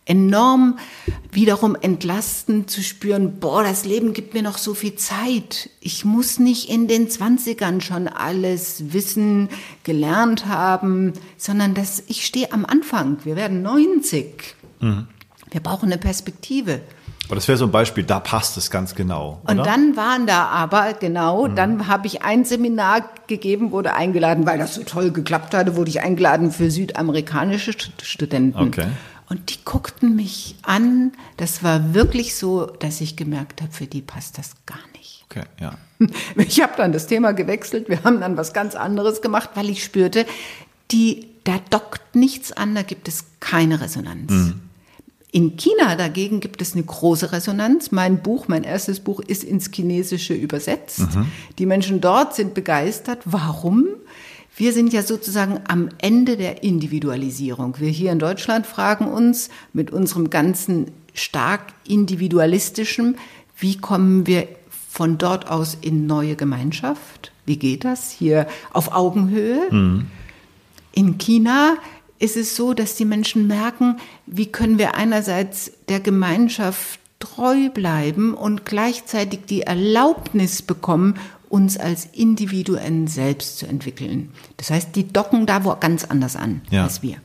enorm wiederum entlastend zu spüren, boah, das Leben gibt mir noch so viel Zeit. Ich muss nicht in den Zwanzigern schon alles wissen, gelernt haben, sondern dass ich stehe am Anfang. Wir werden neunzig. Mhm. Wir brauchen eine Perspektive. Aber das wäre so ein Beispiel, da passt es ganz genau, oder? Und dann waren da aber, genau, mhm. dann habe ich ein Seminar gegeben, wurde eingeladen, weil das so toll geklappt hatte, wurde ich eingeladen für südamerikanische Studenten. Okay. Und die guckten mich an. Das war wirklich so, dass ich gemerkt habe, für die passt das gar nicht. Okay, ja. Ich habe dann das Thema gewechselt. Wir haben dann was ganz anderes gemacht, weil ich spürte, die, da dockt nichts an, da gibt es keine Resonanz. Mhm. In China dagegen gibt es eine große Resonanz. Mein Buch, mein erstes Buch ist ins Chinesische übersetzt. Mhm. Die Menschen dort sind begeistert. Warum? Wir sind ja sozusagen am Ende der Individualisierung. Wir hier in Deutschland fragen uns mit unserem ganzen stark individualistischen, wie kommen wir von dort aus in neue Gemeinschaft? Wie geht das hier auf Augenhöhe? Mhm. In China ist es so, dass die Menschen merken, wie können wir einerseits der Gemeinschaft treu bleiben und gleichzeitig die Erlaubnis bekommen, uns als Individuen selbst zu entwickeln. Das heißt, die docken da wo ganz anders an ja. als wir.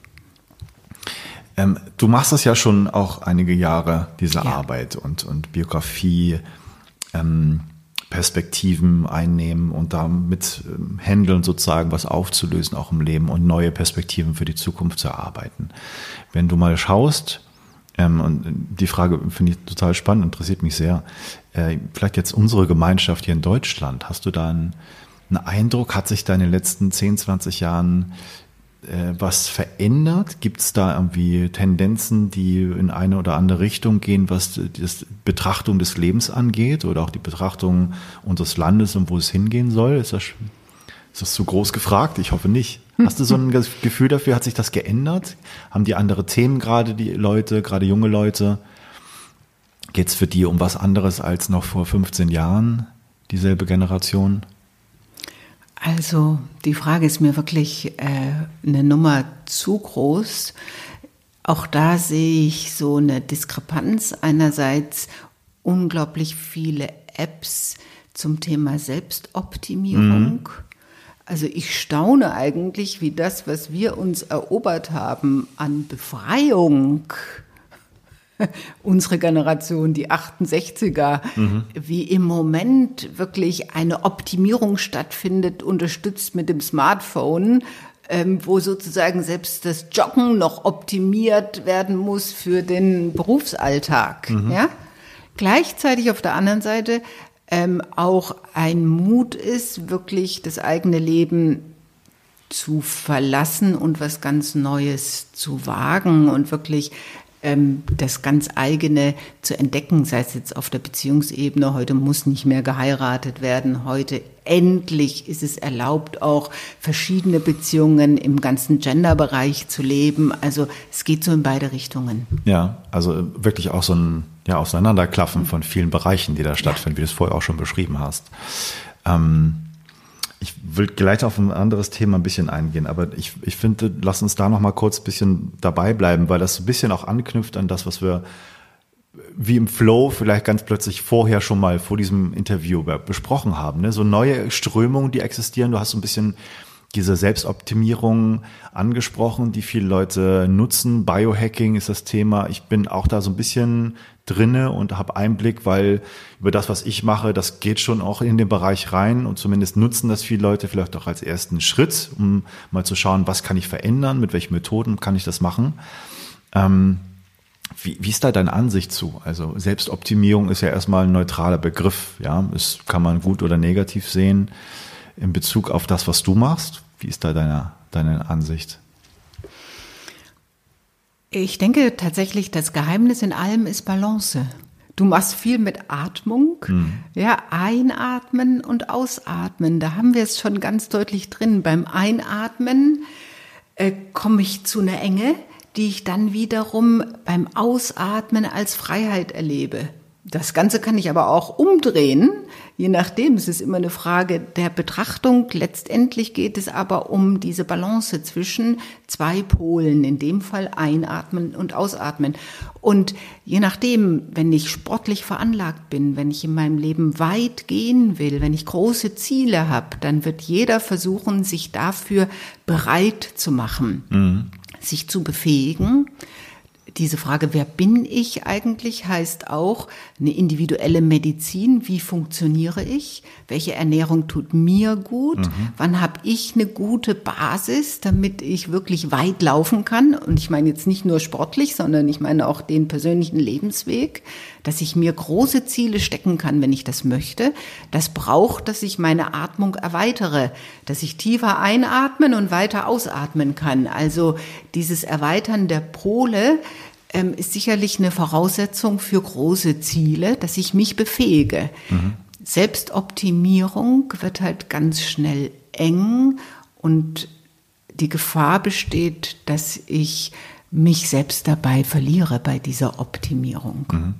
Ähm, du machst das ja schon auch einige Jahre, diese ja. Arbeit und, und Biografie, ähm, Perspektiven einnehmen und damit ähm, handeln, sozusagen was aufzulösen, auch im Leben und neue Perspektiven für die Zukunft zu erarbeiten. Wenn du mal schaust, ähm, und die Frage finde ich total spannend, interessiert mich sehr, äh, vielleicht jetzt unsere Gemeinschaft hier in Deutschland, hast du da einen, einen Eindruck, hat sich da in den letzten zehn, zwanzig Jahren was verändert? Gibt es da irgendwie Tendenzen, die in eine oder andere Richtung gehen, was die Betrachtung des Lebens angeht oder auch die Betrachtung unseres Landes und wo es hingehen soll? Ist das, ist das zu groß gefragt? Ich hoffe nicht. Hast du so ein Gefühl dafür? Hat sich das geändert? Haben die andere Themen gerade, die Leute, gerade junge Leute? Geht es für die um was anderes als noch vor fünfzehn Jahren, dieselbe Generation? Also die Frage ist mir wirklich äh, eine Nummer zu groß. Auch da sehe ich so eine Diskrepanz. Einerseits unglaublich viele Apps zum Thema Selbstoptimierung. Mhm. Also ich staune eigentlich, wie das, was wir uns erobert haben an Befreiung, unsere Generation, die achtundsechziger, mhm. wie im Moment wirklich eine Optimierung stattfindet, unterstützt mit dem Smartphone, ähm, wo sozusagen selbst das Joggen noch optimiert werden muss für den Berufsalltag. Mhm. Ja? Gleichzeitig auf der anderen Seite ähm, auch ein Mut ist, wirklich das eigene Leben zu verlassen und was ganz Neues zu wagen und wirklich das ganz eigene zu entdecken, sei es jetzt auf der Beziehungsebene. Heute muss nicht mehr geheiratet werden. Heute endlich ist es erlaubt, auch verschiedene Beziehungen im ganzen Gender-Bereich zu leben. Also es geht so in beide Richtungen. Ja, also wirklich auch so ein ja, Auseinanderklaffen von vielen Bereichen, die da stattfinden, ja. Wie du es vorher auch schon beschrieben hast. Ähm Ich will gleich auf ein anderes Thema ein bisschen eingehen, aber ich, ich finde, lass uns da noch mal kurz ein bisschen dabei bleiben, weil das ein bisschen auch anknüpft an das, was wir wie im Flow vielleicht ganz plötzlich vorher schon mal vor diesem Interview besprochen haben. Ne? So neue Strömungen, die existieren. Du hast so ein bisschen diese Selbstoptimierung angesprochen, die viele Leute nutzen. Biohacking ist das Thema. Ich bin auch da so ein bisschen drinne und habe Einblick, weil über das, was ich mache, das geht schon auch in den Bereich rein und zumindest nutzen das viele Leute vielleicht auch als ersten Schritt, um mal zu schauen, was kann ich verändern, mit welchen Methoden kann ich das machen. Ähm, wie, wie ist da deine Ansicht zu? Also Selbstoptimierung ist ja erstmal ein neutraler Begriff, ja, das kann man gut oder negativ sehen. In Bezug auf das, was du machst, wie ist da deine, deine Ansicht? Ich denke tatsächlich, das Geheimnis in allem ist Balance. Du machst viel mit Atmung, hm. ja, einatmen und ausatmen. Da haben wir es schon ganz deutlich drin. Beim Einatmen äh, komme ich zu einer Enge, die ich dann wiederum beim Ausatmen als Freiheit erlebe. Das Ganze kann ich aber auch umdrehen, je nachdem. Es ist immer eine Frage der Betrachtung. Letztendlich geht es aber um diese Balance zwischen zwei Polen, in dem Fall einatmen und ausatmen. Und je nachdem, wenn ich sportlich veranlagt bin, wenn ich in meinem Leben weit gehen will, wenn ich große Ziele habe, dann wird jeder versuchen, sich dafür bereit zu machen, mhm. sich zu befähigen. Diese Frage, wer bin ich eigentlich, heißt auch eine individuelle Medizin. Wie funktioniere ich? Welche Ernährung tut mir gut? Mhm. Wann habe ich eine gute Basis, damit ich wirklich weit laufen kann? Und ich meine jetzt nicht nur sportlich, sondern ich meine auch den persönlichen Lebensweg, dass ich mir große Ziele stecken kann, wenn ich das möchte. Das braucht, dass ich meine Atmung erweitere, dass ich tiefer einatmen und weiter ausatmen kann. Also dieses Erweitern der Pole ähm, ist sicherlich eine Voraussetzung für große Ziele, dass ich mich befähige. Mhm. Selbstoptimierung wird halt ganz schnell eng und die Gefahr besteht, dass ich mich selbst dabei verliere bei dieser Optimierung. Mhm.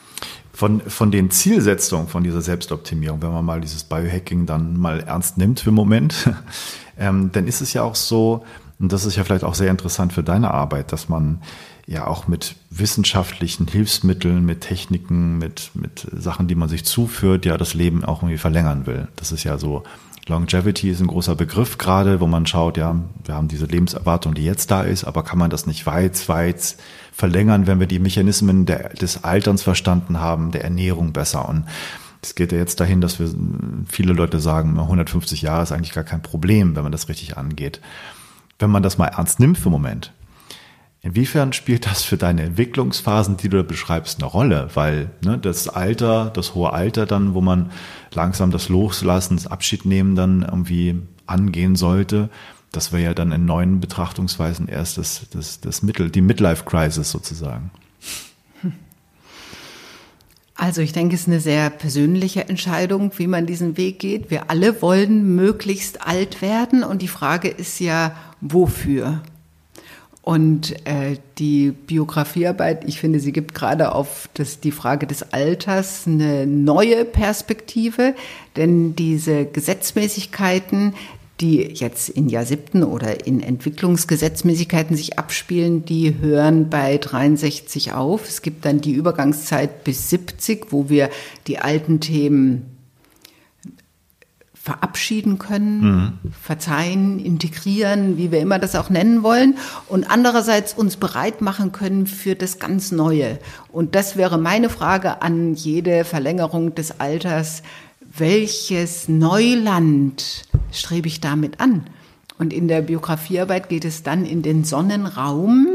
Von, von den Zielsetzungen von dieser Selbstoptimierung, wenn man mal dieses Biohacking dann mal ernst nimmt für einen Moment, ähm, dann ist es ja auch so, und das ist ja vielleicht auch sehr interessant für deine Arbeit, dass man ja auch mit wissenschaftlichen Hilfsmitteln, mit Techniken, mit, mit Sachen, die man sich zuführt, ja das Leben auch irgendwie verlängern will. Das ist ja so, Longevity ist ein großer Begriff gerade, wo man schaut, ja, wir haben diese Lebenserwartung, die jetzt da ist, aber kann man das nicht weit, weit verlängern, wenn wir die Mechanismen der, des Alterns verstanden haben, der Ernährung besser. Und Es geht ja jetzt dahin, dass wir viele Leute sagen, hundertfünfzig Jahre ist eigentlich gar kein Problem, wenn man das richtig angeht. Wenn man das mal ernst nimmt für einen Moment, inwiefern spielt das für deine Entwicklungsphasen, die du da beschreibst, eine Rolle? Weil ne, das Alter, das hohe Alter dann, wo man langsam das Loslassen, das Abschied nehmen dann irgendwie angehen sollte, das wäre ja dann in neuen Betrachtungsweisen erst das, das, das Mittel, die Midlife-Crisis sozusagen. Also ich denke, es ist eine sehr persönliche Entscheidung, wie man diesen Weg geht. Wir alle wollen möglichst alt werden und die Frage ist ja, wofür? Und äh, die Biografiearbeit, ich finde, sie gibt gerade auf das, die Frage des Alters eine neue Perspektive, denn diese Gesetzmäßigkeiten, die jetzt in Jahr siebten oder in Entwicklungsgesetzmäßigkeiten sich abspielen, die hören bei dreiundsechzig auf. Es gibt dann die Übergangszeit bis siebzig, wo wir die alten Themen verabschieden können, mhm. verzeihen, integrieren, wie wir immer das auch nennen wollen, und andererseits uns bereit machen können für das ganz Neue. Und das wäre meine Frage an jede Verlängerung des Alters: Welches Neuland strebe ich damit an? Und in der Biografiearbeit geht es dann in den Sonnenraum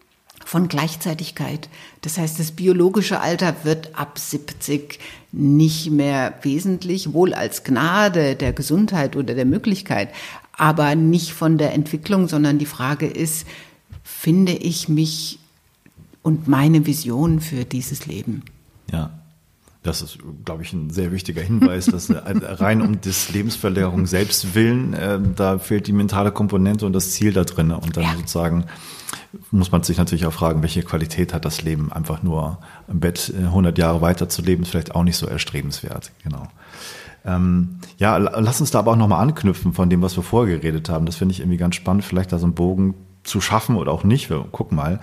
von Gleichzeitigkeit. Das heißt, das biologische Alter wird ab siebzig nicht mehr wesentlich, wohl als Gnade der Gesundheit oder der Möglichkeit, aber nicht von der Entwicklung, sondern die Frage ist, finde ich mich und meine Vision für dieses Leben? Ja. Das ist, glaube ich, ein sehr wichtiger Hinweis, dass rein um des Lebensverlängerung selbst willen, äh, da fehlt die mentale Komponente und das Ziel da drin. Und dann ja. sozusagen muss man sich natürlich auch fragen, welche Qualität hat das Leben? Einfach nur im Bett hundert Jahre weiter zu leben, ist vielleicht auch nicht so erstrebenswert. Genau. Ähm, ja, lass uns da aber auch nochmal anknüpfen von dem, was wir vorher geredet haben. Das finde ich irgendwie ganz spannend, vielleicht da so einen Bogen zu schaffen oder auch nicht. Wir gucken mal.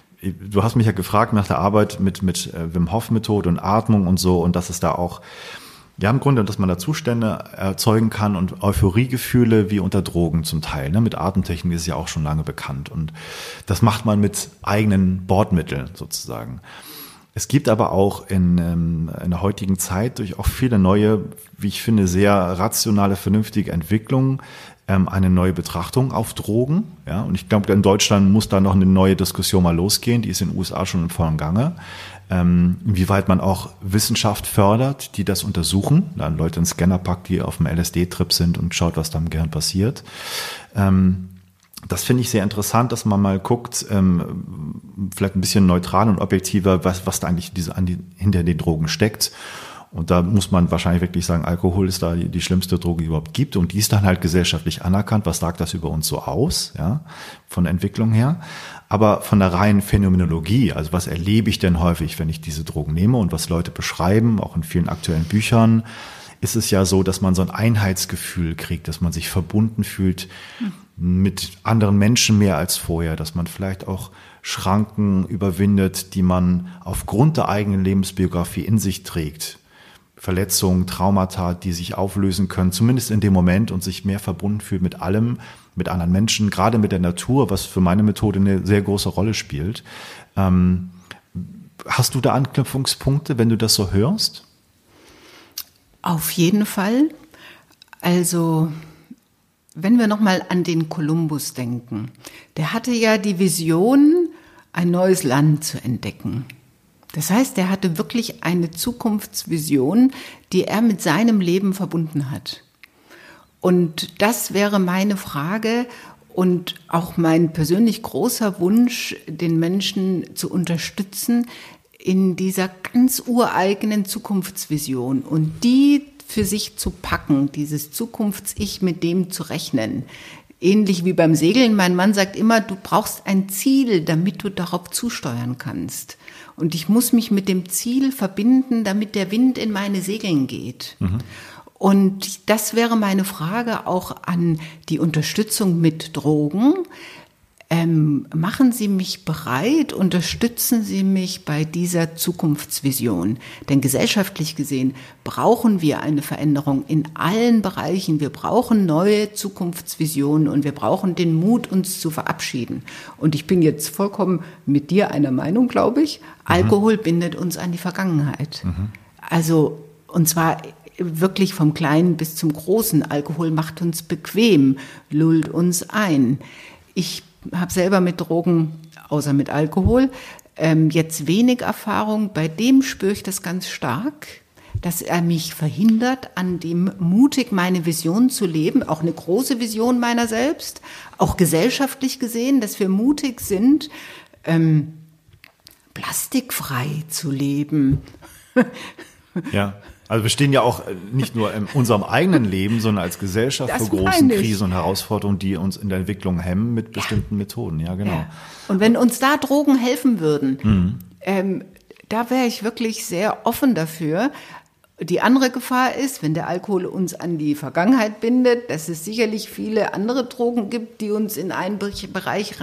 Du hast mich ja gefragt nach der Arbeit mit, mit Wim Hof Methode und Atmung und so, und dass es da auch, ja, im Grunde, dass man da Zustände erzeugen kann und Euphoriegefühle wie unter Drogen zum Teil. Ne? Mit Atemtechnik ist es ja auch schon lange bekannt, und das macht man mit eigenen Bordmitteln sozusagen. Es gibt aber auch in, ähm, in der heutigen Zeit durch auch viele neue, wie ich finde, sehr rationale, vernünftige Entwicklungen, ähm, eine neue Betrachtung auf Drogen. Ja? Und ich glaube, in Deutschland muss da noch eine neue Diskussion mal losgehen. Die ist in den U S A schon in vollem Gange. Ähm, inwieweit man auch Wissenschaft fördert, die das untersuchen. Dann Leute einen Scanner packt, die auf dem L S D-Trip sind und schaut, was da im Gehirn passiert. Ähm, Das finde ich sehr interessant, dass man mal guckt, ähm, vielleicht ein bisschen neutral und objektiver, was, was da eigentlich diese, an die, hinter den Drogen steckt. Und da muss man wahrscheinlich wirklich sagen, Alkohol ist da die, die schlimmste Droge, die es überhaupt gibt. Und die ist dann halt gesellschaftlich anerkannt. Was sagt das über uns so aus, ja, von der Entwicklung her? Aber von der reinen Phänomenologie, also was erlebe ich denn häufig, wenn ich diese Drogen nehme, und was Leute beschreiben, auch in vielen aktuellen Büchern, ist es ja so, dass man so ein Einheitsgefühl kriegt, dass man sich verbunden fühlt mit anderen Menschen mehr als vorher, dass man vielleicht auch Schranken überwindet, die man aufgrund der eigenen Lebensbiografie in sich trägt. Verletzungen, Traumata, die sich auflösen können, zumindest in dem Moment, und sich mehr verbunden fühlt mit allem, mit anderen Menschen, gerade mit der Natur, was für meine Methode eine sehr große Rolle spielt. Ähm, hast du da Anknüpfungspunkte, wenn du das so hörst? Auf jeden Fall. Also, wenn wir nochmal an den Kolumbus denken, der hatte ja die Vision, ein neues Land zu entdecken. Das heißt, er hatte wirklich eine Zukunftsvision, die er mit seinem Leben verbunden hat. Und das wäre meine Frage und auch mein persönlich großer Wunsch, den Menschen zu unterstützen in dieser ganz ureigenen Zukunftsvision und die für sich zu packen, dieses Zukunfts-Ich, mit dem zu rechnen. Ähnlich wie beim Segeln. Mein Mann sagt immer, du brauchst ein Ziel, damit du darauf zusteuern kannst. Und ich muss mich mit dem Ziel verbinden, damit der Wind in meine Segeln geht. Mhm. Und das wäre meine Frage auch an die Unterstützung mit Drogen. Ähm, machen Sie mich bereit, unterstützen Sie mich bei dieser Zukunftsvision. Denn gesellschaftlich gesehen brauchen wir eine Veränderung in allen Bereichen. Wir brauchen neue Zukunftsvisionen und wir brauchen den Mut, uns zu verabschieden. Und ich bin jetzt vollkommen mit dir einer Meinung, glaube ich. Mhm. Alkohol bindet uns an die Vergangenheit. Mhm. Also Und zwar wirklich vom Kleinen bis zum Großen. Alkohol macht uns bequem, lullt uns ein. Ich habe selber mit Drogen, außer mit Alkohol, ähm, jetzt wenig Erfahrung. Bei dem spüre ich das ganz stark, dass er mich verhindert, an dem mutig meine Vision zu leben, auch eine große Vision meiner selbst, auch gesellschaftlich gesehen, dass wir mutig sind, ähm, plastikfrei zu leben. Ja, also wir stehen ja auch nicht nur in unserem eigenen Leben, sondern als Gesellschaft Das vor großen meine ich. Krisen und Herausforderungen, die uns in der Entwicklung hemmen mit bestimmten Methoden. Ja, genau. Ja. Und wenn uns da Drogen helfen würden, mhm. ähm, da wäre ich wirklich sehr offen dafür. Die andere Gefahr ist, wenn der Alkohol uns an die Vergangenheit bindet, dass es sicherlich viele andere Drogen gibt, die uns in einen Bereich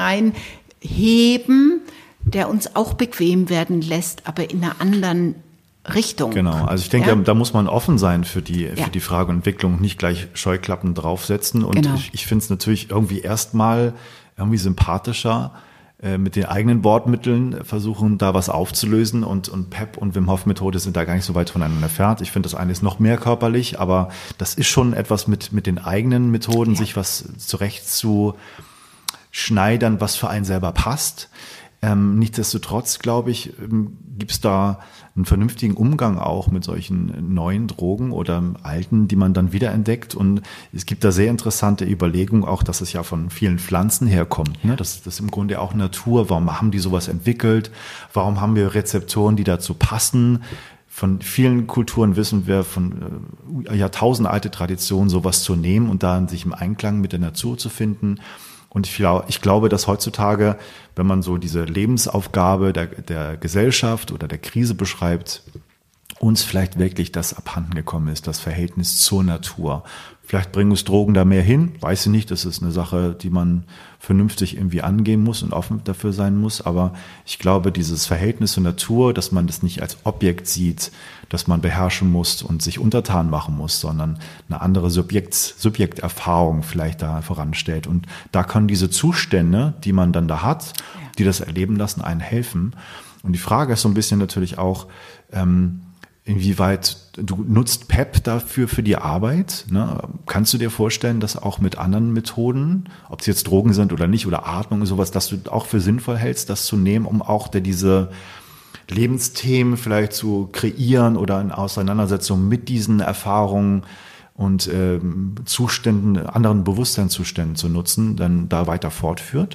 reinheben, der uns auch bequem werden lässt, aber in einer anderen Richtung. Genau, also ich denke, ja? da muss man offen sein für die, für ja. die Frage Entwicklung, nicht gleich Scheuklappen draufsetzen. Und genau. ich, ich finde es natürlich irgendwie erstmal irgendwie sympathischer, mit den eigenen Wortmitteln versuchen, da was aufzulösen, und, und Pep und Wim Hof Methode sind da gar nicht so weit voneinander entfernt. Ich finde, das eine ist noch mehr körperlich, aber das ist schon etwas mit, mit den eigenen Methoden, ja. sich was zurecht zu schneidern, was für einen selber passt. Ähm, nichtsdestotrotz, glaube ich, ähm, gibt es da einen vernünftigen Umgang auch mit solchen neuen Drogen oder alten, die man dann wiederentdeckt. Und es gibt da sehr interessante Überlegungen, auch dass es ja von vielen Pflanzen herkommt. Ne? Das, das ist im Grunde auch Natur. Warum haben die sowas entwickelt? Warum haben wir Rezeptoren, die dazu passen? Von vielen Kulturen wissen wir von äh, jahrtausendalte Traditionen, sowas zu nehmen und da sich im Einklang mit der Natur zu finden. Und ich, ich glaube, dass heutzutage, wenn man so diese Lebensaufgabe der, der Gesellschaft oder der Krise beschreibt, uns vielleicht wirklich das abhanden gekommen ist, das Verhältnis zur Natur. Vielleicht bringen uns Drogen da mehr hin, weiß ich nicht, das ist eine Sache, die man vernünftig irgendwie angehen muss und offen dafür sein muss, aber ich glaube, dieses Verhältnis zur Natur, dass man das nicht als Objekt sieht, dass man beherrschen muss und sich untertan machen muss, sondern eine andere Subjekt, Subjekterfahrung vielleicht da voranstellt. Und da können diese Zustände, die man dann da hat, die das erleben lassen, einen helfen. Und die Frage ist so ein bisschen natürlich auch, ähm, inwieweit du nutzt Pep dafür für die Arbeit? Ne? Kannst du dir vorstellen, dass auch mit anderen Methoden, ob es jetzt Drogen sind oder nicht oder Atmung und sowas, dass du auch für sinnvoll hältst, das zu nehmen, um auch der, diese Lebensthemen vielleicht zu kreieren oder in Auseinandersetzung mit diesen Erfahrungen und ähm, Zuständen, anderen Bewusstseinszuständen zu nutzen, dann da weiter fortführt?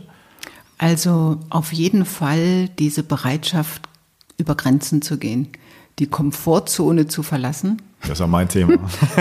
Also auf jeden Fall diese Bereitschaft, über Grenzen zu gehen, die Komfortzone zu verlassen. Das ist ja mein Thema.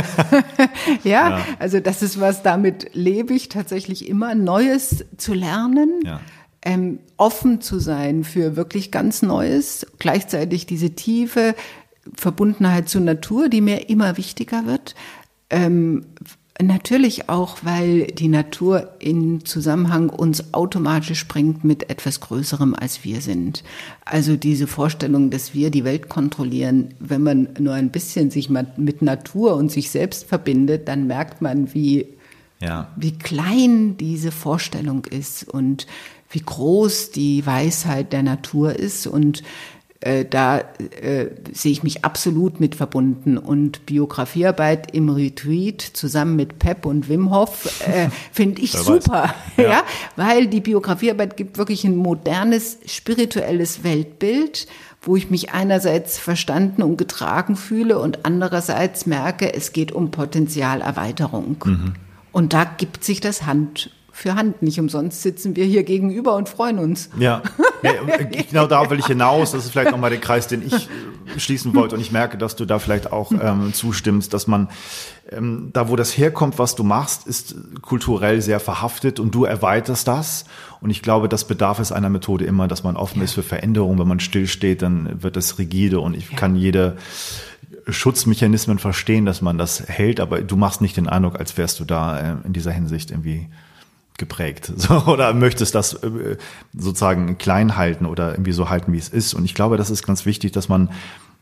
ja, ja, also das ist was, damit lebe ich tatsächlich immer, Neues zu lernen, ja. ähm, offen zu sein für wirklich ganz Neues, gleichzeitig diese tiefe Verbundenheit zur Natur, die mir immer wichtiger wird. Ähm, Natürlich auch, weil die Natur in Zusammenhang uns automatisch bringt mit etwas Größerem, als wir sind. Also diese Vorstellung, dass wir die Welt kontrollieren, wenn man nur ein bisschen sich mit Natur und sich selbst verbindet, dann merkt man, wie, ja. wie klein diese Vorstellung ist und wie groß die Weisheit der Natur ist. Und Äh, da äh, sehe ich mich absolut mit verbunden. Und Biografiearbeit im Retreat zusammen mit Pep und Wim Hof äh, finde ich super, ja. ja, weil die Biografiearbeit gibt wirklich ein modernes, spirituelles Weltbild, wo ich mich einerseits verstanden und getragen fühle und andererseits merke, es geht um Potenzialerweiterung. Mhm. Und da gibt sich das Hand für Hand. Nicht umsonst sitzen wir hier gegenüber und freuen uns. Ja, ja genau darauf will ich hinaus. Das ist vielleicht nochmal der Kreis, den ich schließen wollte. Und ich merke, dass du da vielleicht auch ähm, zustimmst, dass man ähm, da, wo das herkommt, was du machst, ist kulturell sehr verhaftet und du erweiterst das. Und ich glaube, das bedarf es einer Methode immer, dass man offen ja. ist für Veränderung. Wenn man stillsteht, dann wird es rigide und ich ja. kann jede Schutzmechanismen verstehen, dass man das hält, aber du machst nicht den Eindruck, als wärst du da äh, in dieser Hinsicht irgendwie geprägt, so, oder möchtest das äh, sozusagen klein halten oder irgendwie so halten, wie es ist. Und ich glaube, das ist ganz wichtig, dass man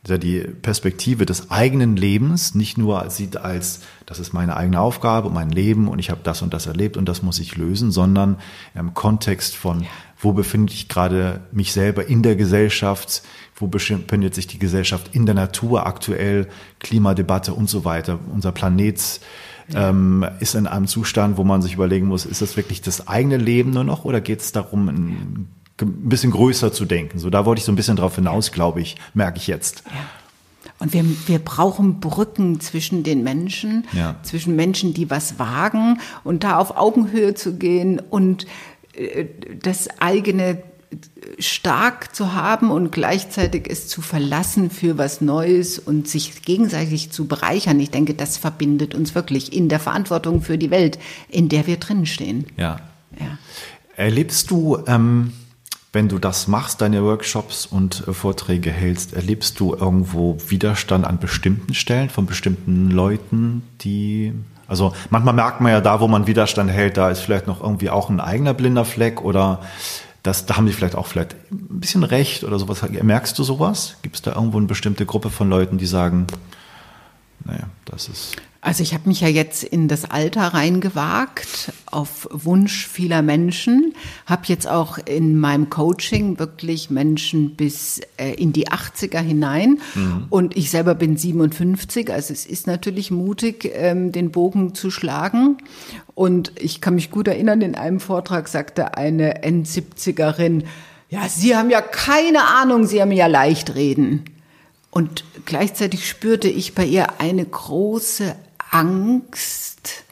der die Perspektive des eigenen Lebens nicht nur sieht als, das ist meine eigene Aufgabe, mein Leben und ich habe das und das erlebt und das muss ich lösen, sondern im Kontext von, wo befinde ich gerade mich selber in der Gesellschaft, wo befindet sich die Gesellschaft in der Natur aktuell, Klimadebatte und so weiter. Unser Planet ja. ähm, ist in einem Zustand, wo man sich überlegen muss, ist das wirklich das eigene Leben nur noch oder geht es darum, ein ein bisschen größer zu denken. So, da wollte ich so ein bisschen drauf hinaus, glaube ich, merke ich jetzt. Ja. Und wir, wir brauchen Brücken zwischen den Menschen, ja. zwischen Menschen, die was wagen und da auf Augenhöhe zu gehen und äh, das eigene stark zu haben und gleichzeitig es zu verlassen für was Neues und sich gegenseitig zu bereichern. Ich denke, das verbindet uns wirklich in der Verantwortung für die Welt, in der wir drin stehen. Ja. ja. Erlebst du, ähm, wenn du das machst, deine Workshops und äh, Vorträge hältst, erlebst du irgendwo Widerstand an bestimmten Stellen von bestimmten Leuten, die, also manchmal merkt man ja da, wo man Widerstand hält, da ist vielleicht noch irgendwie auch ein eigener blinder Fleck oder das, da haben die vielleicht auch vielleicht ein bisschen recht oder sowas. Merkst du sowas? Gibt es da irgendwo eine bestimmte Gruppe von Leuten, die sagen, naja, das ist... Also ich habe mich ja jetzt in das Alter reingewagt, auf Wunsch vieler Menschen, habe jetzt auch in meinem Coaching wirklich Menschen bis äh, in die achtziger hinein mhm. und ich selber bin siebenundfünfzig, also es ist natürlich mutig, ähm, den Bogen zu schlagen und ich kann mich gut erinnern, in einem Vortrag sagte eine Endsiebzigerin, ja, Sie haben ja keine Ahnung, Sie haben ja leicht reden. Und gleichzeitig spürte ich bei ihr eine große Angst,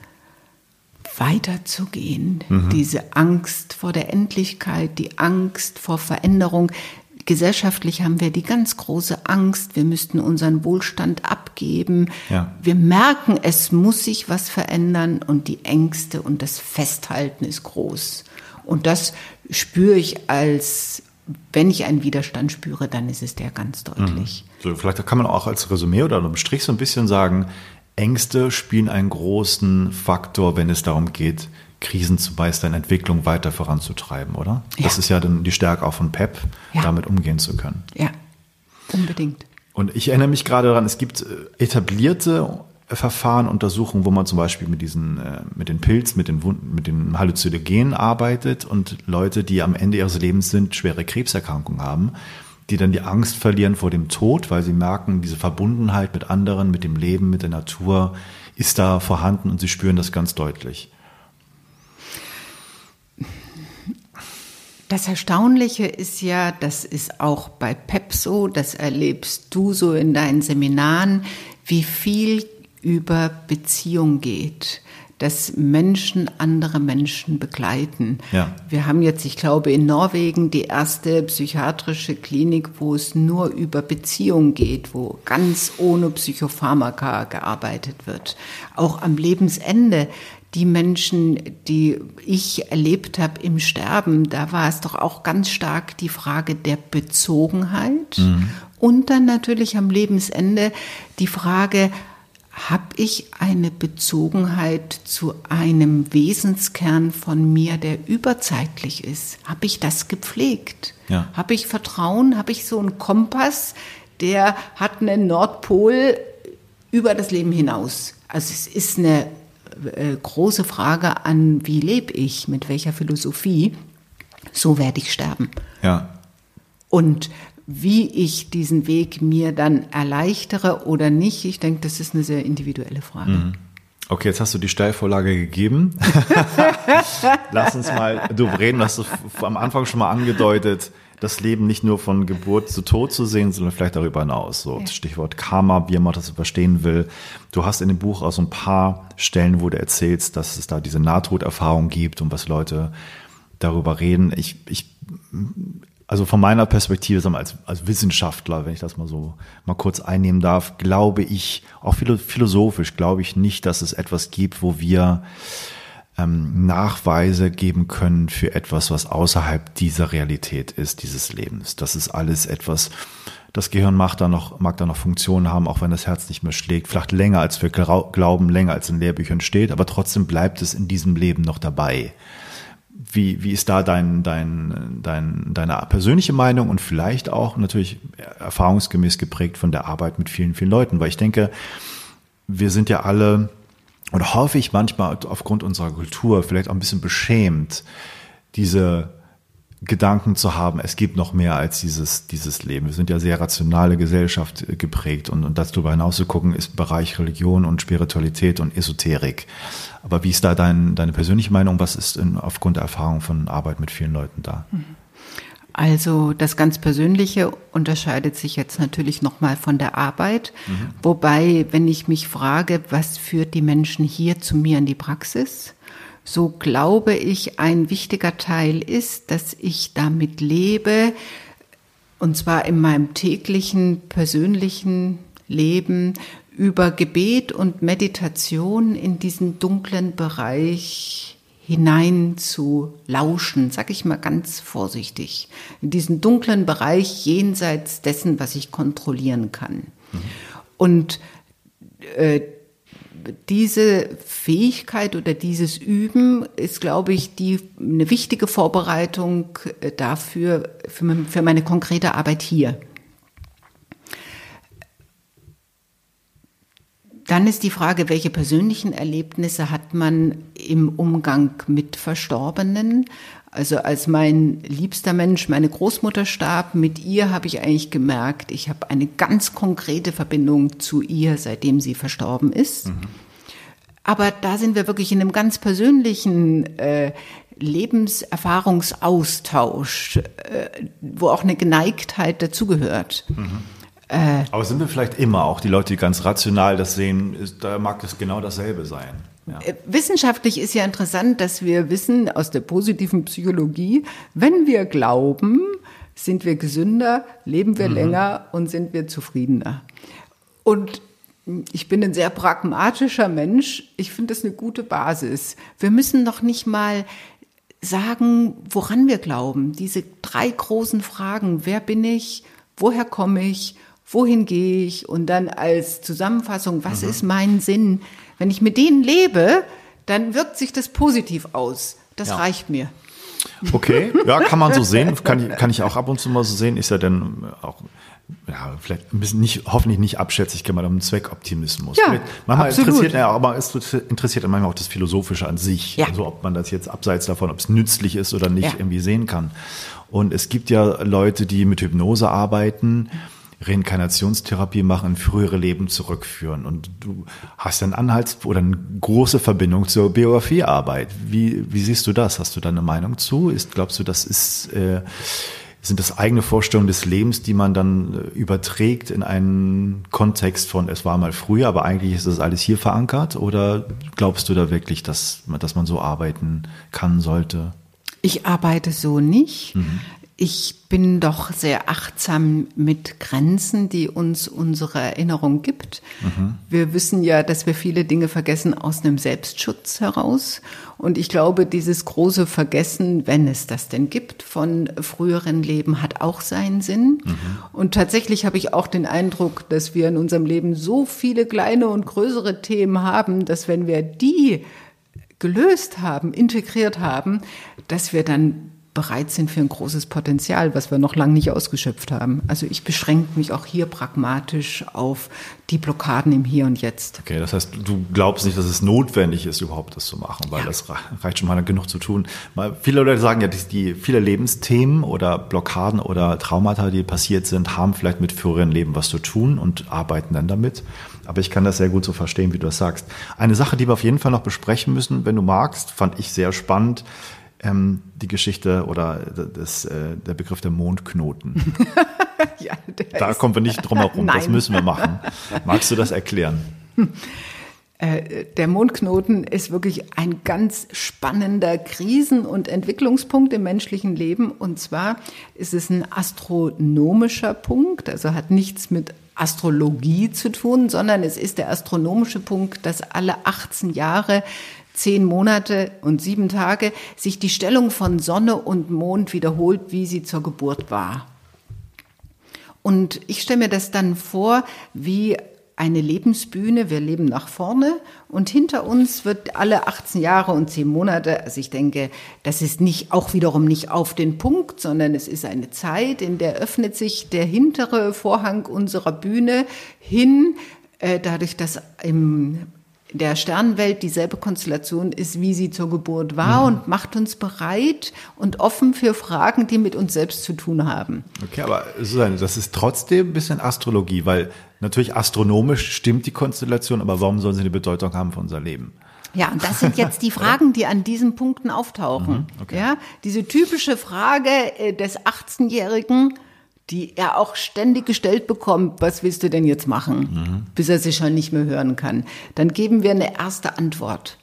weiterzugehen. Mhm. Diese Angst vor der Endlichkeit, die Angst vor Veränderung. Gesellschaftlich haben wir die ganz große Angst, wir müssten unseren Wohlstand abgeben. Ja. Wir merken, es muss sich was verändern und die Ängste und das Festhalten ist groß. Und das spüre ich als, wenn ich einen Widerstand spüre, dann ist es der ganz deutlich. Mhm. So, vielleicht kann man auch als Resümee oder im Strich so ein bisschen sagen, Ängste spielen einen großen Faktor, wenn es darum geht, Krisen zu meistern, Entwicklung weiter voranzutreiben, oder? Ja. Das ist ja dann die Stärke auch von P E P, ja. damit umgehen zu können. Ja, unbedingt. Und ich erinnere mich gerade daran, es gibt etablierte Verfahren, Untersuchungen, wo man zum Beispiel mit diesen, mit den Pilz, mit den, mit den Halluzinogenen arbeitet und Leute, die am Ende ihres Lebens sind, schwere Krebserkrankungen haben, die dann die Angst verlieren vor dem Tod, weil sie merken, diese Verbundenheit mit anderen, mit dem Leben, mit der Natur ist da vorhanden und sie spüren das ganz deutlich. Das Erstaunliche ist ja, das ist auch bei P E P so, das erlebst du so in deinen Seminaren, wie viel über Beziehung geht, dass Menschen andere Menschen begleiten. Ja. Wir haben jetzt, ich glaube, in Norwegen die erste psychiatrische Klinik, wo es nur über Beziehung geht, wo ganz ohne Psychopharmaka gearbeitet wird. Auch am Lebensende. Die Menschen, die ich erlebt habe im Sterben, da war es doch auch ganz stark die Frage der Bezogenheit. Mhm. Und dann natürlich am Lebensende die Frage, habe ich eine Bezogenheit zu einem Wesenskern von mir, der überzeitlich ist? Habe ich das gepflegt? Ja. Habe ich Vertrauen? Habe ich so einen Kompass, der hat einen Nordpol über das Leben hinaus? Also es ist eine äh, große Frage an, wie lebe ich, mit welcher Philosophie? So werde ich sterben. Ja. Und wie ich diesen Weg mir dann erleichtere oder nicht, ich denke, das ist eine sehr individuelle Frage. Okay, jetzt hast du die Steilvorlage gegeben. Lass uns mal darüber reden, du hast du am Anfang schon mal angedeutet, das Leben nicht nur von Geburt zu Tod zu sehen, sondern vielleicht darüber hinaus. So, ja. Stichwort Karma, wie man das verstehen will. Du hast in dem Buch auch so ein paar Stellen, wo du erzählst, dass es da diese Nahtoderfahrung gibt und was Leute darüber reden. Ich, ich Also von meiner Perspektive, sagen wir, als, als Wissenschaftler, wenn ich das mal so mal kurz einnehmen darf, glaube ich, auch philosophisch, glaube ich nicht, dass es etwas gibt, wo wir ähm, Nachweise geben können für etwas, was außerhalb dieser Realität ist, dieses Lebens. Das ist alles etwas, das Gehirn macht da noch, mag da noch Funktionen haben, auch wenn das Herz nicht mehr schlägt, vielleicht länger als wir glauben, länger als in Lehrbüchern steht, aber trotzdem bleibt es in diesem Leben noch dabei. wie, wie ist da dein, dein, dein, deine persönliche Meinung und vielleicht auch natürlich erfahrungsgemäß geprägt von der Arbeit mit vielen, vielen Leuten? Weil ich denke, wir sind ja alle oder häufig manchmal aufgrund unserer Kultur vielleicht auch ein bisschen beschämt, diese Gedanken zu haben, es gibt noch mehr als dieses, dieses Leben. Wir sind ja sehr rationale Gesellschaft geprägt und, und darüber hinaus zu gucken, ist Bereich Religion und Spiritualität und Esoterik. Aber wie ist da dein, deine persönliche Meinung? Was ist in, aufgrund der Erfahrung von Arbeit mit vielen Leuten da? Also das ganz Persönliche unterscheidet sich jetzt natürlich nochmal von der Arbeit. Mhm. Wobei, wenn ich mich frage, was führt die Menschen hier zu mir in die Praxis? So glaube ich, ein wichtiger Teil ist, dass ich damit lebe, und zwar in meinem täglichen, persönlichen Leben, über Gebet und Meditation in diesen dunklen Bereich hinein zu lauschen, sag ich mal ganz vorsichtig, in diesen dunklen Bereich jenseits dessen, was ich kontrollieren kann. Mhm. Und äh, diese Fähigkeit oder dieses Üben ist, glaube ich, die eine wichtige Vorbereitung dafür, für, für meine konkrete Arbeit hier. Dann ist die Frage, welche persönlichen Erlebnisse hat man im Umgang mit Verstorbenen? Also als mein liebster Mensch, meine Großmutter starb, mit ihr habe ich eigentlich gemerkt, ich habe eine ganz konkrete Verbindung zu ihr, seitdem sie verstorben ist. Mhm. Aber da sind wir wirklich in einem ganz persönlichen äh, Lebenserfahrungsaustausch, äh, wo auch eine Geneigtheit dazugehört. Mhm. Äh, Aber sind wir vielleicht immer auch die Leute, die ganz rational das sehen, ist, da mag das genau dasselbe sein. Ja. Wissenschaftlich ist ja interessant, dass wir wissen aus der positiven Psychologie, wenn wir glauben, sind wir gesünder, leben wir mhm. länger und sind wir zufriedener. Und ich bin ein sehr pragmatischer Mensch. Ich finde das eine gute Basis. Wir müssen noch nicht mal sagen, woran wir glauben. Diese drei großen Fragen, wer bin ich, woher komme ich, wohin gehe ich und dann als Zusammenfassung, was mhm. ist mein Sinn? Wenn ich mit denen lebe, dann wirkt sich das positiv aus. Das ja. reicht mir. Okay, ja, kann man so sehen. Kann ich, kann ich auch ab und zu mal so sehen. Ist ja dann auch, ja, vielleicht ein bisschen nicht, hoffentlich nicht abschätzig gemacht, um einen Zweckoptimismus. Ja, manchmal absolut. interessiert, ja, aber es interessiert manchmal auch das Philosophische an sich. Ja. Also ob man das jetzt abseits davon, ob es nützlich ist oder nicht, ja. irgendwie sehen kann. Und es gibt ja Leute, die mit Hypnose arbeiten, Reinkarnationstherapie machen, frühere Leben zurückführen. Und du hast einen Anhalt oder eine große Verbindung zur Biografiearbeit. Wie, wie siehst du das? Hast du da eine Meinung zu? Ist, glaubst du, das ist, äh, sind das eigene Vorstellungen des Lebens, die man dann äh, überträgt in einen Kontext von, es war mal früher, aber eigentlich ist das alles hier verankert? Oder glaubst du da wirklich, dass, dass man so arbeiten kann, sollte? Ich arbeite so nicht. Mhm. Ich bin doch sehr achtsam mit Grenzen, die uns unsere Erinnerung gibt. Mhm. Wir wissen ja, dass wir viele Dinge vergessen aus einem Selbstschutz heraus. Und ich glaube, dieses große Vergessen, wenn es das denn gibt, von früheren Leben, hat auch seinen Sinn. Mhm. Und tatsächlich habe ich auch den Eindruck, dass wir in unserem Leben so viele kleine und größere Themen haben, dass wenn wir die gelöst haben, integriert haben, dass wir dann bereit sind für ein großes Potenzial, was wir noch lange nicht ausgeschöpft haben. Also ich beschränke mich auch hier pragmatisch auf die Blockaden im Hier und Jetzt. Okay, das heißt, du glaubst nicht, dass es notwendig ist, überhaupt das zu machen, weil ja. das reicht schon mal genug zu tun. Mal, viele Leute sagen ja, die, die viele Lebensthemen oder Blockaden oder Traumata, die passiert sind, haben vielleicht mit früheren Leben was zu tun und arbeiten dann damit. Aber ich kann das sehr gut so verstehen, wie du das sagst. Eine Sache, die wir auf jeden Fall noch besprechen müssen, wenn du magst, fand ich sehr spannend, ähm, die Geschichte oder das, äh, der Begriff der Mondknoten. Ja, da kommen wir nicht drum herum, das müssen wir machen. Magst du das erklären? Der Mondknoten ist wirklich ein ganz spannender Krisen- und Entwicklungspunkt im menschlichen Leben. Und zwar ist es ein astronomischer Punkt, also hat nichts mit Astrologie zu tun, sondern es ist der astronomische Punkt, dass alle achtzehn Jahre, zehn Monate und sieben Tage sich die Stellung von Sonne und Mond wiederholt, wie sie zur Geburt war. Und ich stelle mir das dann vor, wie eine Lebensbühne, wir leben nach vorne und hinter uns wird alle achtzehn Jahre und zehn Monate, also ich denke, das ist nicht, auch wiederum nicht auf den Punkt, sondern es ist eine Zeit, in der öffnet sich der hintere Vorhang unserer Bühne hin, äh, dadurch, dass im der Sternenwelt dieselbe Konstellation ist, wie sie zur Geburt war, mhm. und macht uns bereit und offen für Fragen, die mit uns selbst zu tun haben. Okay, aber Susanne, das ist trotzdem ein bisschen Astrologie, weil natürlich astronomisch stimmt die Konstellation, aber warum soll sie eine Bedeutung haben für unser Leben? Ja, und das sind jetzt die Fragen, die an diesen Punkten auftauchen. Mhm, okay. Ja, diese typische Frage des achtzehnjährigen, die er auch ständig gestellt bekommt, was willst du denn jetzt machen, mhm. bis er sich schon nicht mehr hören kann. Dann geben wir eine erste Antwort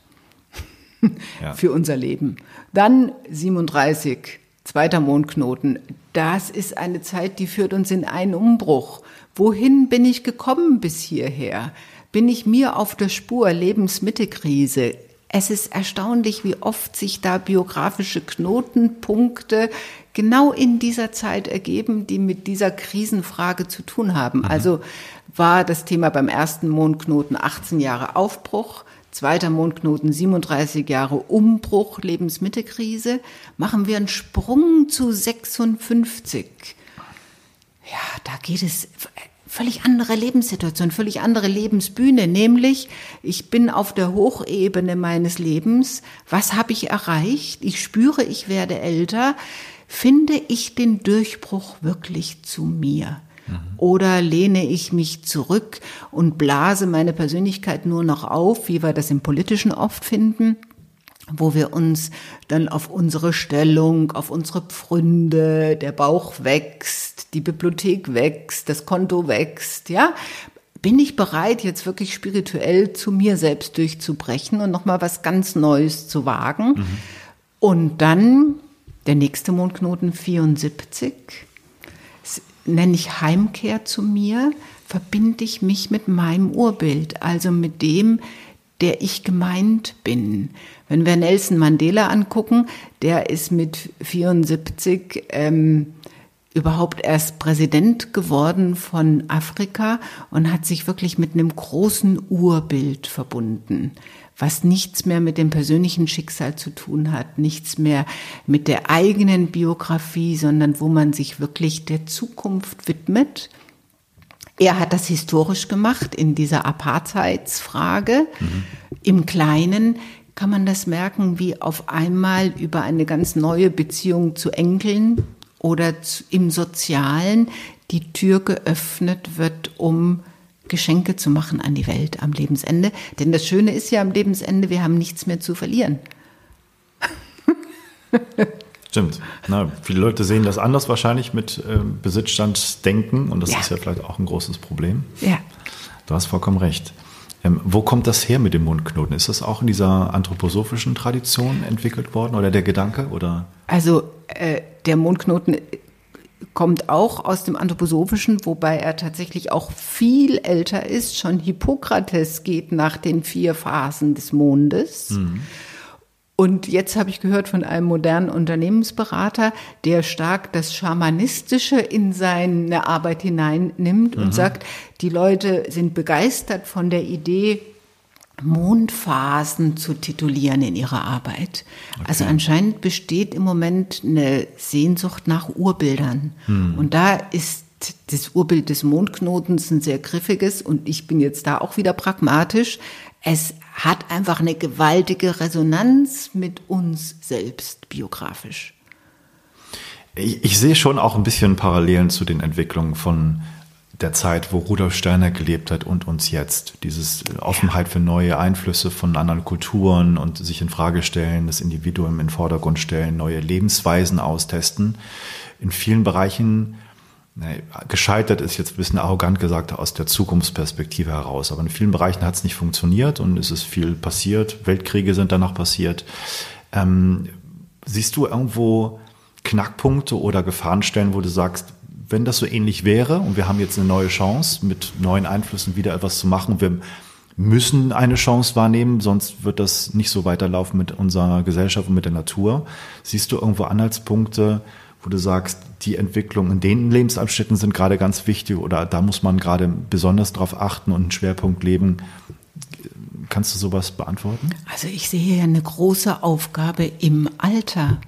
ja. für unser Leben. Dann siebenunddreißig, zweiter Mondknoten. Das ist eine Zeit, die führt uns in einen Umbruch. Wohin bin ich gekommen bis hierher? Bin ich mir auf der Spur? Lebensmittelkrise. Es ist erstaunlich, wie oft sich da biografische Knotenpunkte genau in dieser Zeit ergeben, die mit dieser Krisenfrage zu tun haben. Mhm. Also war das Thema beim ersten Mondknoten achtzehn Jahre Aufbruch, zweiter Mondknoten siebenunddreißig Jahre Umbruch, Lebensmittelkrise. Machen wir einen Sprung zu sechsundfünfzig. Ja, da geht es... Völlig andere Lebenssituation, völlig andere Lebensbühne, nämlich ich bin auf der Hochebene meines Lebens. Was habe ich erreicht? Ich spüre, ich werde älter. Finde ich den Durchbruch wirklich zu mir? Mhm. Oder lehne ich mich zurück und blase meine Persönlichkeit nur noch auf, wie wir das im Politischen oft finden, wo wir uns dann auf unsere Stellung, auf unsere Pfründe, der Bauch wächst, die Bibliothek wächst, das Konto wächst, ja? Bin ich bereit, jetzt wirklich spirituell zu mir selbst durchzubrechen und nochmal was ganz Neues zu wagen? Mhm. Und dann der nächste Mondknoten vierundsiebzig, das nenne ich Heimkehr zu mir, verbinde ich mich mit meinem Urbild, also mit dem, der ich gemeint bin. Wenn wir Nelson Mandela angucken, der ist mit vierundsiebzig ähm, überhaupt erst Präsident geworden von Afrika und hat sich wirklich mit einem großen Urbild verbunden, was nichts mehr mit dem persönlichen Schicksal zu tun hat, nichts mehr mit der eigenen Biografie, sondern wo man sich wirklich der Zukunft widmet. Er hat das historisch gemacht in dieser Apartheidsfrage. Mhm. Im Kleinen kann man das merken, wie auf einmal über eine ganz neue Beziehung zu Enkeln oder zu, im Sozialen die Tür geöffnet wird, um Geschenke zu machen an die Welt am Lebensende. Denn das Schöne ist ja am Lebensende, wir haben nichts mehr zu verlieren. Stimmt. Na, viele Leute sehen das anders wahrscheinlich mit äh, Besitzstandsdenken und das ja. ist ja vielleicht auch ein großes Problem. Ja. Du hast vollkommen recht. Ähm, wo kommt das her mit dem Mondknoten? Ist das auch in dieser anthroposophischen Tradition entwickelt worden oder der Gedanke? Oder? Also äh, der Mondknoten kommt auch aus dem Anthroposophischen, wobei er tatsächlich auch viel älter ist. Schon Hippokrates geht nach den vier Phasen des Mondes. Mhm. Und jetzt habe ich gehört von einem modernen Unternehmensberater, der stark das Schamanistische in seine Arbeit hineinnimmt und mhm. sagt, die Leute sind begeistert von der Idee, Mondphasen zu titulieren in ihrer Arbeit. Okay. Also anscheinend besteht im Moment eine Sehnsucht nach Urbildern. Mhm. Und da ist das Urbild des Mondknotens ein sehr griffiges und ich bin jetzt da auch wieder pragmatisch. Es hat einfach eine gewaltige Resonanz mit uns selbst biografisch. Ich, ich sehe schon auch ein bisschen Parallelen zu den Entwicklungen von der Zeit, wo Rudolf Steiner gelebt hat und uns jetzt. Dieses Offenheit für neue Einflüsse von anderen Kulturen und sich in Frage stellen, das Individuum in den Vordergrund stellen, neue Lebensweisen austesten. In vielen Bereichen Nee, gescheitert ist jetzt ein bisschen arrogant gesagt aus der Zukunftsperspektive heraus. Aber in vielen Bereichen hat es nicht funktioniert und es ist viel passiert. Weltkriege sind danach passiert. Ähm, siehst du irgendwo Knackpunkte oder Gefahrenstellen, wo du sagst, wenn das so ähnlich wäre und wir haben jetzt eine neue Chance, mit neuen Einflüssen wieder etwas zu machen, wir müssen eine Chance wahrnehmen, sonst wird das nicht so weiterlaufen mit unserer Gesellschaft und mit der Natur. Siehst du irgendwo Anhaltspunkte, wo du sagst, die Entwicklung in den Lebensabschnitten sind gerade ganz wichtig oder da muss man gerade besonders drauf achten und einen Schwerpunkt legen? Kannst du sowas beantworten? Also ich sehe hier eine große Aufgabe im Alter.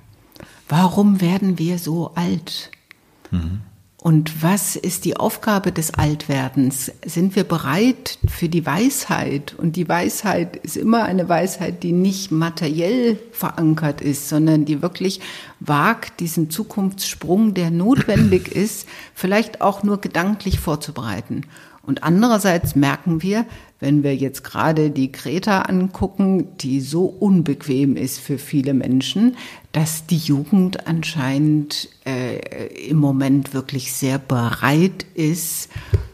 Warum werden wir so alt? Mhm. Und was ist die Aufgabe des Altwerdens? Sind wir bereit für die Weisheit? Und die Weisheit ist immer eine Weisheit, die nicht materiell verankert ist, sondern die wirklich wagt, diesen Zukunftssprung, der notwendig ist, vielleicht auch nur gedanklich vorzubereiten. Und andererseits merken wir, wenn wir jetzt gerade die Greta angucken, die so unbequem ist für viele Menschen, dass die Jugend anscheinend äh, im Moment wirklich sehr bereit ist,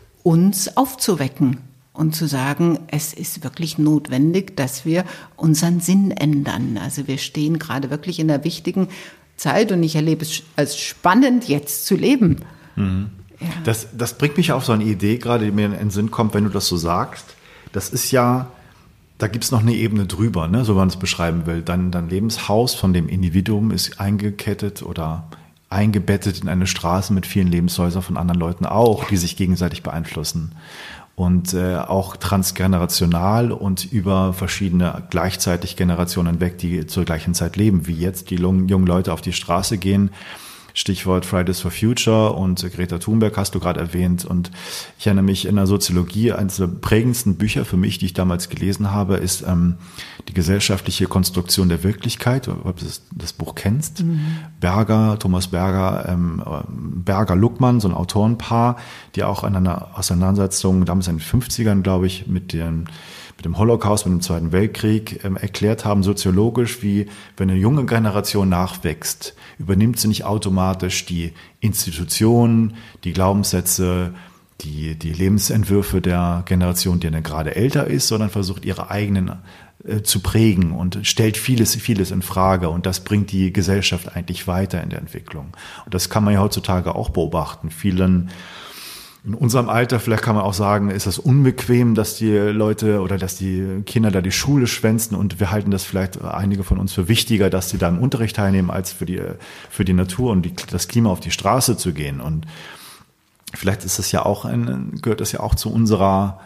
uns aufzuwecken und zu sagen, es ist wirklich notwendig, dass wir unseren Sinn ändern. Also wir stehen gerade wirklich in einer wichtigen Zeit und ich erlebe es als spannend, jetzt zu leben. Mhm. Ja. Das, das bringt mich auf so eine Idee, gerade die mir in den Sinn kommt, wenn du das so sagst. Das ist ja, da gibt es noch eine Ebene drüber, ne, so man es beschreiben will. Dein, dein Lebenshaus von dem Individuum ist eingekettet oder eingebettet in eine Straße mit vielen Lebenshäusern von anderen Leuten auch, die sich gegenseitig beeinflussen. Und äh, auch transgenerational und über verschiedene gleichzeitig Generationen hinweg, die zur gleichen Zeit leben, wie jetzt die jungen Leute auf die Straße gehen. Stichwort Fridays for Future und Greta Thunberg hast du gerade erwähnt. Und ich erinnere mich in der Soziologie, eines der prägendsten Bücher für mich, die ich damals gelesen habe, ist ähm, die gesellschaftliche Konstruktion der Wirklichkeit, ob du das, das Buch kennst. Mhm. Berger, Thomas Berger, ähm, Berger Luckmann, so ein Autorenpaar, die auch in einer Auseinandersetzung, damals in den fünfzigern, glaube ich, mit den mit dem Holocaust, mit dem Zweiten Weltkrieg ähm, erklärt haben, soziologisch, wie wenn eine junge Generation nachwächst, übernimmt sie nicht automatisch die Institutionen, die Glaubenssätze, die, die Lebensentwürfe der Generation, die dann gerade älter ist, sondern versucht ihre eigenen äh, zu prägen und stellt vieles, vieles in Frage. Und das bringt die Gesellschaft eigentlich weiter in der Entwicklung. Und das kann man ja heutzutage auch beobachten. Vielen In unserem Alter, vielleicht kann man auch sagen, ist das unbequem, dass die Leute oder dass die Kinder da die Schule schwänzen und wir halten das vielleicht einige von uns für wichtiger, dass sie da im Unterricht teilnehmen, als für die, für die Natur und die, das Klima auf die Straße zu gehen. Und vielleicht ist das ja auch ein, gehört das ja auch zu unserer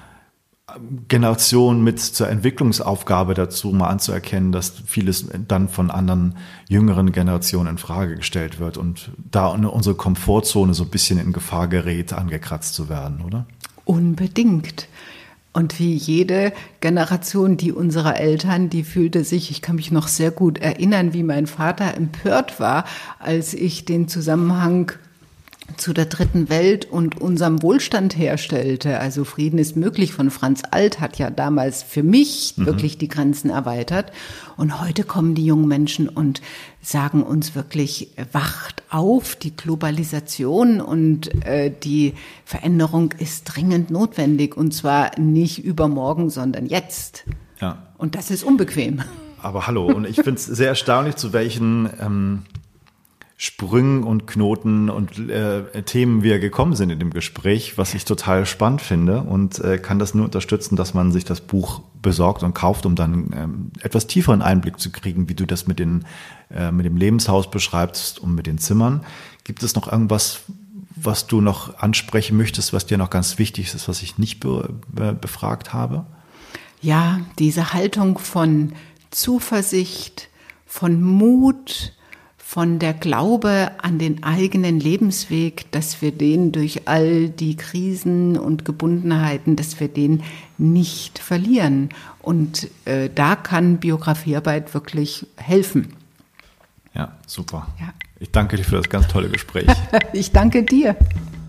Generation mit zur Entwicklungsaufgabe dazu, mal anzuerkennen, dass vieles dann von anderen jüngeren Generationen in Frage gestellt wird und da unsere Komfortzone so ein bisschen in Gefahr gerät, angekratzt zu werden, oder? Unbedingt. Und wie jede Generation, die unserer Eltern, die fühlte sich, ich kann mich noch sehr gut erinnern, wie mein Vater empört war, als ich den Zusammenhang zu der dritten Welt und unserem Wohlstand herstellte. Also Frieden ist möglich von Franz Alt hat ja damals für mich mhm. wirklich die Grenzen erweitert. Und heute kommen die jungen Menschen und sagen uns wirklich, wacht auf, die Globalisation und äh, die Veränderung ist dringend notwendig. Und zwar nicht übermorgen, sondern jetzt. Ja. Und das ist unbequem. Aber hallo, und ich finde es sehr erstaunlich, zu welchen ähm Sprüngen und Knoten und äh, Themen wir gekommen sind in dem Gespräch, was ich total spannend finde und äh, kann das nur unterstützen, dass man sich das Buch besorgt und kauft, um dann ähm, etwas tieferen Einblick zu kriegen, wie du das mit, den, äh, mit dem Lebenshaus beschreibst und mit den Zimmern. Gibt es noch irgendwas, was du noch ansprechen möchtest, was dir noch ganz wichtig ist, was ich nicht be- be- befragt habe? Ja, diese Haltung von Zuversicht, von Mut, von der Glaube an den eigenen Lebensweg, dass wir den durch all die Krisen und Gebundenheiten, dass wir den nicht verlieren. Und äh, da kann Biografiearbeit wirklich helfen. Ja, super. Ja. Ich danke dir für das ganz tolle Gespräch. Ich danke dir.